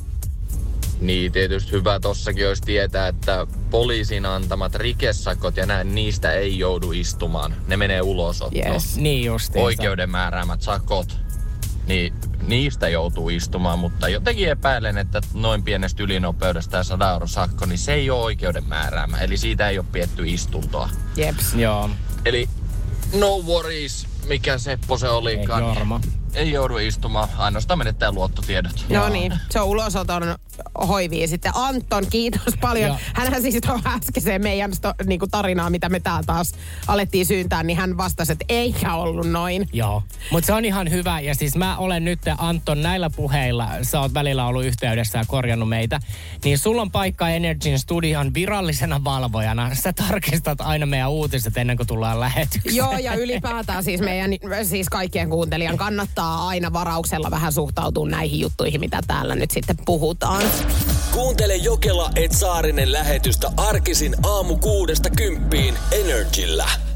Niin, tietysti hyvä tossakin olisi tietää, että poliisin antamat rikesakot ja näin, niistä ei joudu istumaan. Ne menee ulosottoon. Yes. Niin justiinsa. Oikeuden määräämät sakot, niin niistä joutuu istumaan, mutta jotenkin epäilen, että noin pienestä ylinopeudesta ja 100 euron sakko, niin se ei ole oikeuden määräämä. Eli siitä ei ole pietty istuntoa. Jeps. Joo. Eli no worries, mikä Seppo se olikaan. Ei Jorma. Ei joudu istumaan, ainoastaan menettää luottotiedot. No niin, se on ulosoton hoivia. Sitten Anton, kiitos paljon. Hänhän siis tuohon äskeiseen meidän niinku tarinaa, mitä me täällä taas alettiin syyntää, niin hän vastasi, että eikä ollut noin. Joo, mutta se on ihan hyvä. Ja siis mä olen nyt, Anton, näillä puheilla, sä oot välillä ollut yhteydessä ja korjannut meitä, niin sulla on paikka Energyn studion virallisena valvojana. Sä tarkistat aina meidän uutiset ennen kuin tullaan lähetykseen. Joo, ja ylipäätään siis meidän, siis kaikkien kuuntelijan kannattaa aina varauksella vähän suhtautua näihin juttuihin, mitä täällä nyt sitten puhutaan. Kuuntele Jokela et Saarinen lähetystä arkisin aamu 6–10 Energillä.